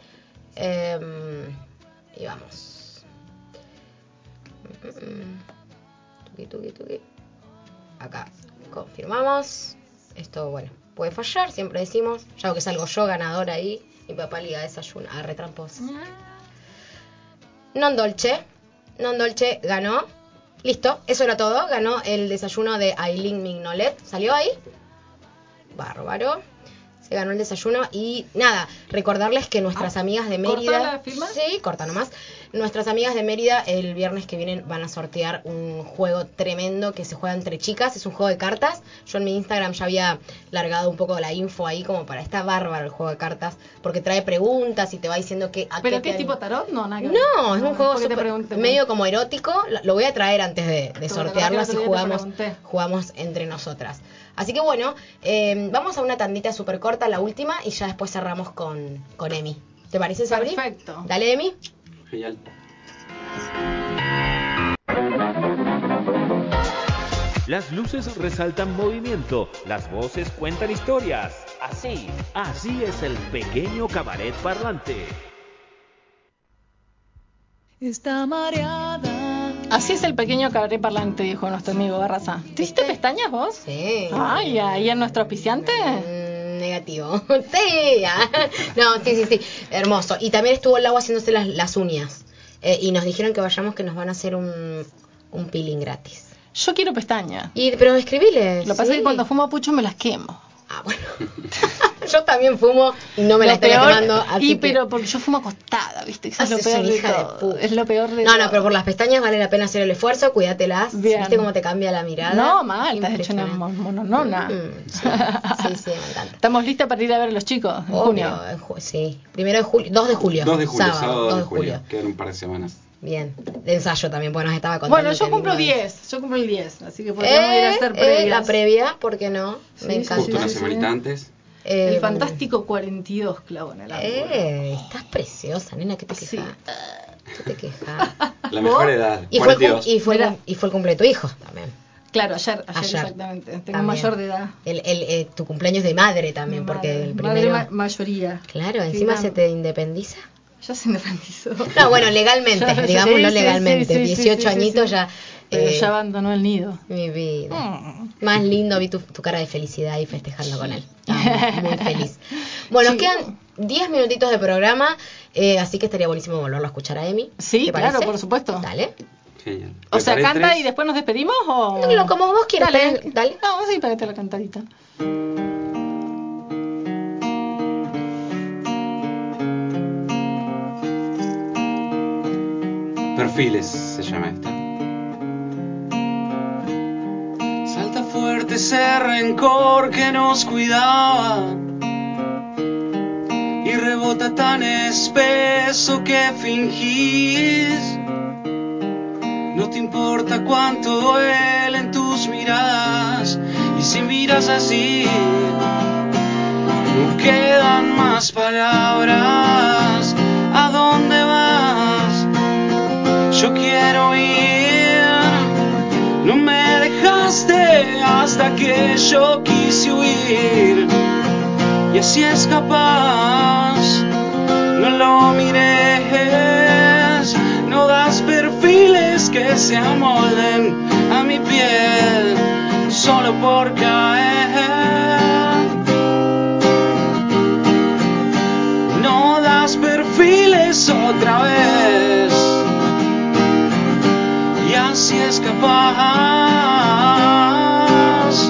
Eh, y vamos. Tuki, tuki, tuki. Acá, confirmamos. Esto, bueno, puede fallar, siempre decimos. Ya que salgo yo ganadora ahí. Mi papá liga desayuno. Ah, retramposo. Non Dolce. Non Dolce ganó. Listo, eso era todo. Ganó el desayuno de Aileen Mignolet. ¿Salió ahí? Bárbaro. Se ganó el desayuno y nada, recordarles que nuestras Ah, amigas de ¿corta Mérida... la firma? Sí, corta nomás. Nuestras amigas de Mérida el viernes que viene van a sortear un juego tremendo que se juega entre chicas. Es un juego de cartas. Yo en mi Instagram ya había largado un poco la info ahí como para... Está bárbaro el juego de cartas porque trae preguntas y te va diciendo que... a ¿Pero qué qué es te- tipo tarot? No, nada que ver. No, es un juego porque te súper- pregunté- medio como erótico. Lo, lo voy a traer antes de, de Porque sortearlo, la verdad así que el otro día te jugamos, pregunté. jugamos entre nosotras. Así que bueno, eh, vamos a una tandita súper corta, la última, y ya después cerramos con, con Emi. ¿Te parece, Sabri? Perfecto. Dale, Emi. Genial. Las luces resaltan movimiento, las voces cuentan historias. Así, Así es el pequeño cabaret parlante. Está mareada. Así es el pequeño cabaret parlante, dijo nuestro amigo Barraza. ¿Te hiciste pestañas vos? Sí. Ay, ahí en nuestro auspiciante. Mm, negativo. Sí. ah. No, sí, sí, sí. Hermoso. Y también estuvo el agua haciéndose las, las uñas. Eh, y nos dijeron que vayamos, que nos van a hacer un, un peeling gratis. Yo quiero pestañas. Y, pero escribiles. Lo que pasa sí. es que cuando fumo pucho me las quemo. Ah, bueno. Yo también fumo y no me la Lo estoy peor- quemando. Así y que... pero porque yo fumo acostada, ¿viste? Eso es lo Haces peor una de hija de todo. puta. Es lo peor de No, todo. no, pero por las pestañas vale la pena hacer el esfuerzo, cuídatelas. Bien. ¿Viste cómo te cambia la mirada? No, mal, estás hecho una Impresionante. mon- mononona. Mm, sí, sí, sí, me encanta. Estamos listas para ir a ver a los chicos en Obvio, junio. en ju- sí. Primero de julio, dos de julio. dos de julio, sábado, sábado dos de dos julio. Quedan un par de semanas. Bien. De ensayo también, porque nos estaba contando. Bueno, yo que cumplo vino- diez, yo cumplo el diez, así que podríamos ir a Eh, hacer eh, previas. la previa, ¿por qué no? Sí, Me sí, encanta. Justo una sí, sí. semanita antes. Eh, El fantástico cuarenta y dos clavó en el árbol. Eh, estás preciosa, nena, ¿qué te Sí. quejas? ¿Qué te quejas? La mejor edad, Y fue, el cum- cuarenta y dos. y, fue el, Mirá. cum- y fue el cumple de tu hijo también. Claro, ayer, ayer, Ayer. exactamente. Tengo También. mayor de edad. El, el, eh, tu cumpleaños de madre también, porque Madre- el madre primero... ma- mayoría. Claro, Qué encima gran- se te independiza. Ya se independizó. No, bueno, legalmente, Ya- ya- digámoslo sí, sí, legalmente. sí, sí, sí, dieciocho sí, sí, añitos sí. ya... Pero eh, ya abandonó el nido. Mi vida. Mm. Más lindo vi tu, tu cara de felicidad ahí festejando con él. Estaba muy, muy feliz. Bueno, Sí. nos quedan diez minutitos de programa, eh, así que estaría buenísimo volverlo a escuchar a Emi. Sí, ¿Te claro, parece? por supuesto. Dale. Genial. O sea, Preparé canta tres. y después nos despedimos o... No, no, como vos quieras, Dale, pero- dale. No, vamos a ir para la cantadita. Perfiles se llama esta. Salta fuerte ese rencor que nos cuidaba y rebota tan espeso que fingís. No te importa cuánto duelen tus miradas, y si miras así no quedan más palabras. ¿A dónde vas? Yo quiero ir. No me dejaste hasta que yo quise huir, y así escapas. No lo mires, no das perfiles que se amolden a mi piel solo por caer. No das perfiles otra vez, y así escapas.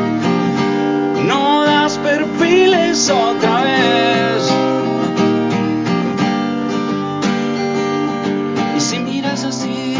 No das perfiles otra vez, y si miras así,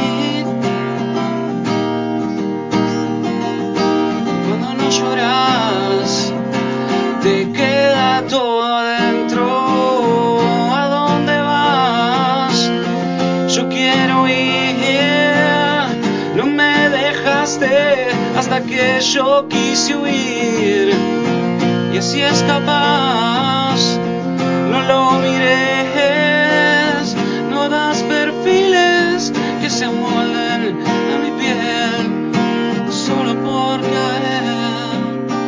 cuando no lloras, te queda todo adentro. ¿A dónde vas? Yo quiero ir. No me dejaste hasta que yo quise huir, y así escapas. No lo mires, no das perfiles que se amolden a mi piel solo por caer.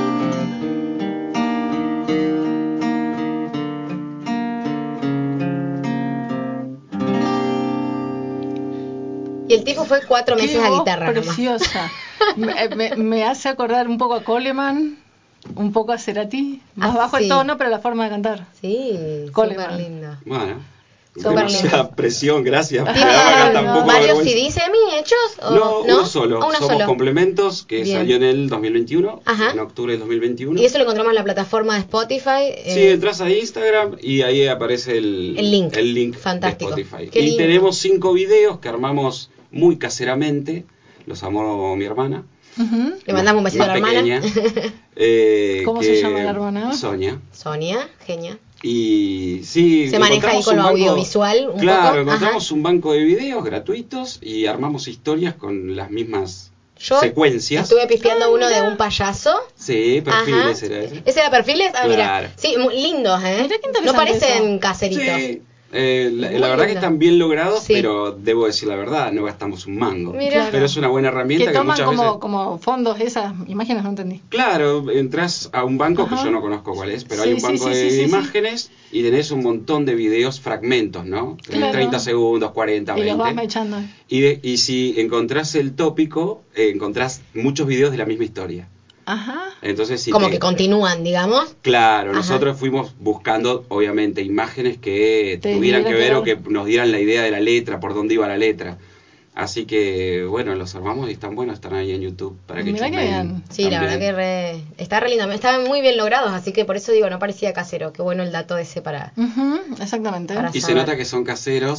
Y el tipo fue cuatro Qué meses a voz guitarra nomás. preciosa. me, me- me hace acordar un poco a Coleman, un poco a Cerati. Más Ah, bajo sí. el tono, pero la forma de cantar. Sí, Coleman. súper lindo. Bueno, Súper demasiada lindo. presión, gracias. Me ¿Tiene daba acá tampoco varios vergüenza. C Ds, Emi, hechos? ¿O No, uno solo. Ah, uno Somos solo. Complementos, que Bien. salió en el dos mil veintiuno, Ajá. en octubre del dos mil veintiuno. Y eso lo encontramos en la plataforma de Spotify. Sí, eh, entras a Instagram y ahí aparece el, El link. el link Fantástico. de Spotify. Qué Y lindo. tenemos cinco videos que armamos muy caseramente. Los amó mi hermana. Ujú. Le mandamos un besito más a la hermana. pequeña, eh, ¿Cómo que- se llama la hermana? Sonia. Sonia, genia. Y sí, Se maneja ahí encontramos con lo un banco- audiovisual un claro, poco. encontramos Ajá. un banco de videos gratuitos y armamos historias con las mismas Yo secuencias. estuve pispeando uno de un payaso. Sí, perfiles Ajá. era ese. ¿Ese era perfiles? Ah, Claro. mira. Sí, muy lindos, ¿eh? Mirá qué No interesante parecen eso. caseritos. Sí, eh, la, Muy la verdad que lindo. están bien logrados, Sí. pero debo decir la verdad, no gastamos un mango. Mira. Claro. Pero es una buena herramienta Que que, toman muchas como, veces... como fondos esas imágenes, no entendí. Claro, entras a un banco Ajá. que yo no conozco cuál es, pero Sí, hay un sí, banco sí, de sí, sí, imágenes y tenés un montón de videos, fragmentos, ¿no? Tenés Claro. treinta segundos, cuarenta, Y los vas veinte. mechando. Y, de- y si encontrás el tópico, eh, encontrás muchos videos de la misma historia. Ajá. Entonces, si Como te- que continúan, digamos. Claro, Ajá. nosotros fuimos buscando, obviamente, imágenes que Te tuvieran que dieran ver que o que nos dieran la idea de la letra, por dónde iba la letra. Así que, bueno, los armamos y están buenos, están ahí en YouTube para que Mirá qué chusmeen bien. Sí, la verdad que también. re... está re lindo. Estaban muy bien logrados, así que por eso digo, no parecía casero. Qué bueno el dato ese para... Ujú, exactamente. Para- Y se saber. nota que son caseros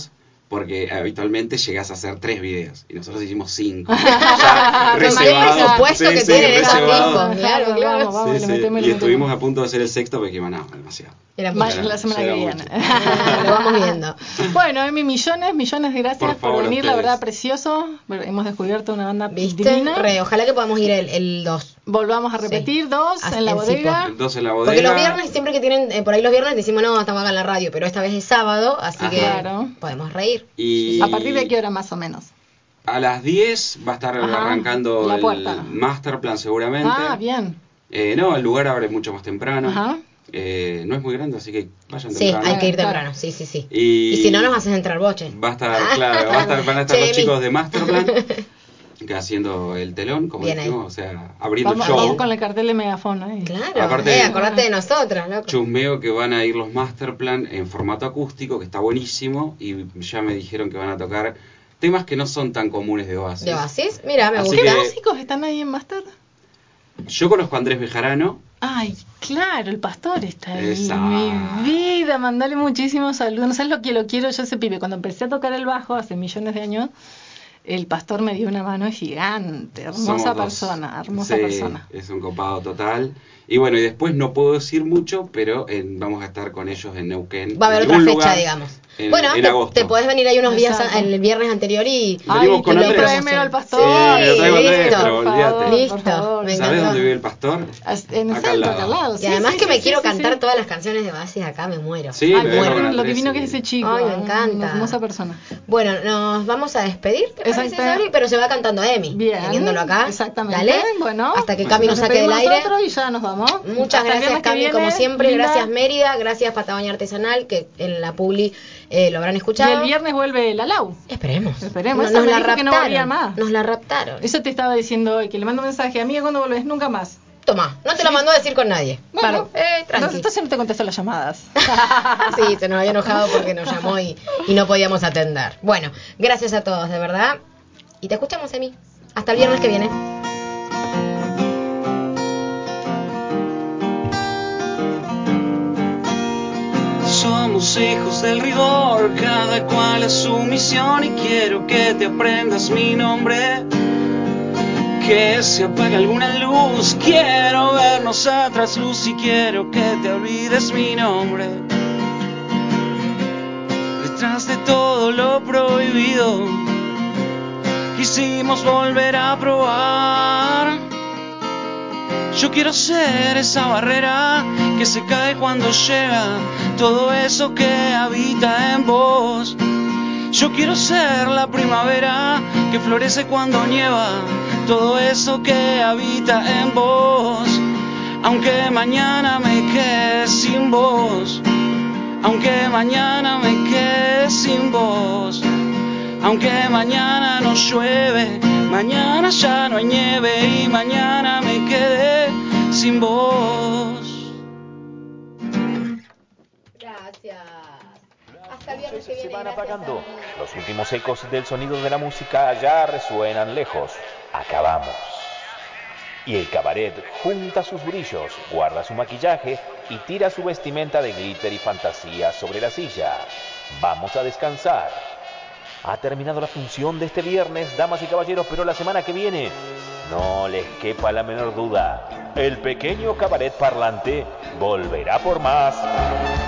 porque habitualmente llegas a hacer tres videos y nosotros hicimos cinco. Ya reservado, Por supuesto sí, que sí, tienen esos reservado. tipos, claro, claro. Vamos, vamos, Sí, le sí, metemos, le y estuvimos metemos. a punto de hacer el sexto porque dijimos, no, demasiado. Era Ma- mucho. la semana Ya que era viene. Ah, lo vamos viendo. Bueno, Emi, millones, millones de gracias Por por, favor, venir, la ustedes. verdad, precioso. Bueno, hemos descubierto una banda ¿Viste? divina. Re, ojalá que podamos ir el, el dos. Volvamos a Sí. repetir, dos Hasta en la en bodega. Cipo. Dos en la bodega. Porque los viernes, siempre que tienen, eh, por ahí los viernes decimos, no, estamos acá en la radio, pero esta vez es sábado, así Ajá. que Claro. podemos reír. Y ¿A partir de qué hora más o menos? a las diez va a estar Ajá, arrancando la el puerta. Masterplan seguramente. Ah, bien. Eh, no, el lugar abre mucho más temprano. Ajá. Eh, no es muy grande, así que vayan Sí, temprano. hay que ir Claro. temprano, sí, sí, sí. Y, Y si no nos haces entrar boche. Va a estar, claro, va a estar, van a estar Che, los Emi. chicos de Masterplan que haciendo el telón, como Bien ahí. dijimos, o sea, abriendo Vamos, el show. vamos con el cartel de megáfono ahí. Claro, Aparte- eh, acordate de nosotras, loco. Chusmeo que van a ir los Masterplan en formato acústico, que está buenísimo, y ya me dijeron que van a tocar temas que no son tan comunes de Oasis. ¿De Oasis? Mira, me Así gusta. ¿Qué que- músicos están ahí en Master? Yo conozco a Andrés Bejarano. Ay, claro, el pastor está ahí. Esa. Mi vida, mandale muchísimos saludos. No sabes lo que lo quiero yo ese pibe. Cuando empecé a tocar el bajo hace millones de años, el pastor me dio una mano gigante. Hermosa Somos dos. persona, hermosa Sí, persona. es un copado total. Y bueno, y después no puedo decir mucho, pero en- vamos a estar con ellos en Neuquén. Va a haber en otra algún fecha, lugar digamos. En, bueno, en te, agosto. te podés venir ahí unos días Exacto. a- el viernes anterior y... Venimos Ay, con que lo Andrés. premio al pastor. Sí, me lo traigo a Andrés, listo. pero Por favor, olvídate. por Listo, favor. me ¿Sabés encantó. dónde vive el pastor? En el Acá al centro, lado. acá al lado. Y Sí, además sí, que me sí, quiero sí, cantar sí. todas las canciones de Oasis acá, me muero. Sí, Ay, me voy bueno, con lo Andrés, divino sí. que es ese chico. Ay, me ¿eh? encanta. Una hermosa persona. Bueno, nos vamos a despedir, ¿te parece, Exacto. Sabri? Pero se va cantando Emi. Bien. Teniéndolo acá. Exactamente. Dale. Bueno. Hasta que Cami nos Nos saque del despedimos aire. nosotros y ya nos vamos. Muchas Hasta el gracias, viernes que Cami, viene, como siempre. linda. Gracias, Mérida. Gracias, Patagonia Artesanal, que en la Publi eh, lo habrán Y escuchado. el viernes vuelve la Lau. Esperemos. Esperemos. No- Esa nos me la dijo que no raptaron. volvía más. Nos la raptaron. Eso te estaba diciendo hoy, que le mando un mensaje. Amiga, ¿cuándo volvés? Nunca más. Toma, no te lo mandó a decir con nadie. Bueno, Eh, no, tranqui. entonces no te contesto las llamadas. Sí, se nos había enojado porque nos llamó y, y no podíamos atender. Bueno, gracias a todos, de verdad. Y te escuchamos, Emi. Hasta el viernes que viene. Somos hijos del rigor, cada cual a su misión, y quiero que te aprendas mi nombre. Que se apague alguna luz, quiero vernos a trasluz y quiero que te olvides mi nombre. Detrás de todo lo prohibido, quisimos volver a probar. Yo quiero ser esa barrera que se cae cuando llega todo eso que habita en vos. Yo quiero ser la primavera que florece cuando nieva, todo eso que habita en vos. Aunque mañana me quede sin vos, aunque mañana me quede sin vos, aunque mañana no llueve, mañana ya no hay nieve y mañana me quedé sin vos. Gracias. Hasta el viernes que Se viene. van Gracias, apagando. Emi. Los últimos ecos del sonido de la música ya resuenan lejos. Acabamos. Y el cabaret junta sus brillos, guarda su maquillaje y tira su vestimenta de glitter y fantasía sobre la silla. Vamos a descansar. Ha terminado la función de este viernes, damas y caballeros, pero la semana que viene, no les quepa la menor duda, el pequeño cabaret parlante volverá por más.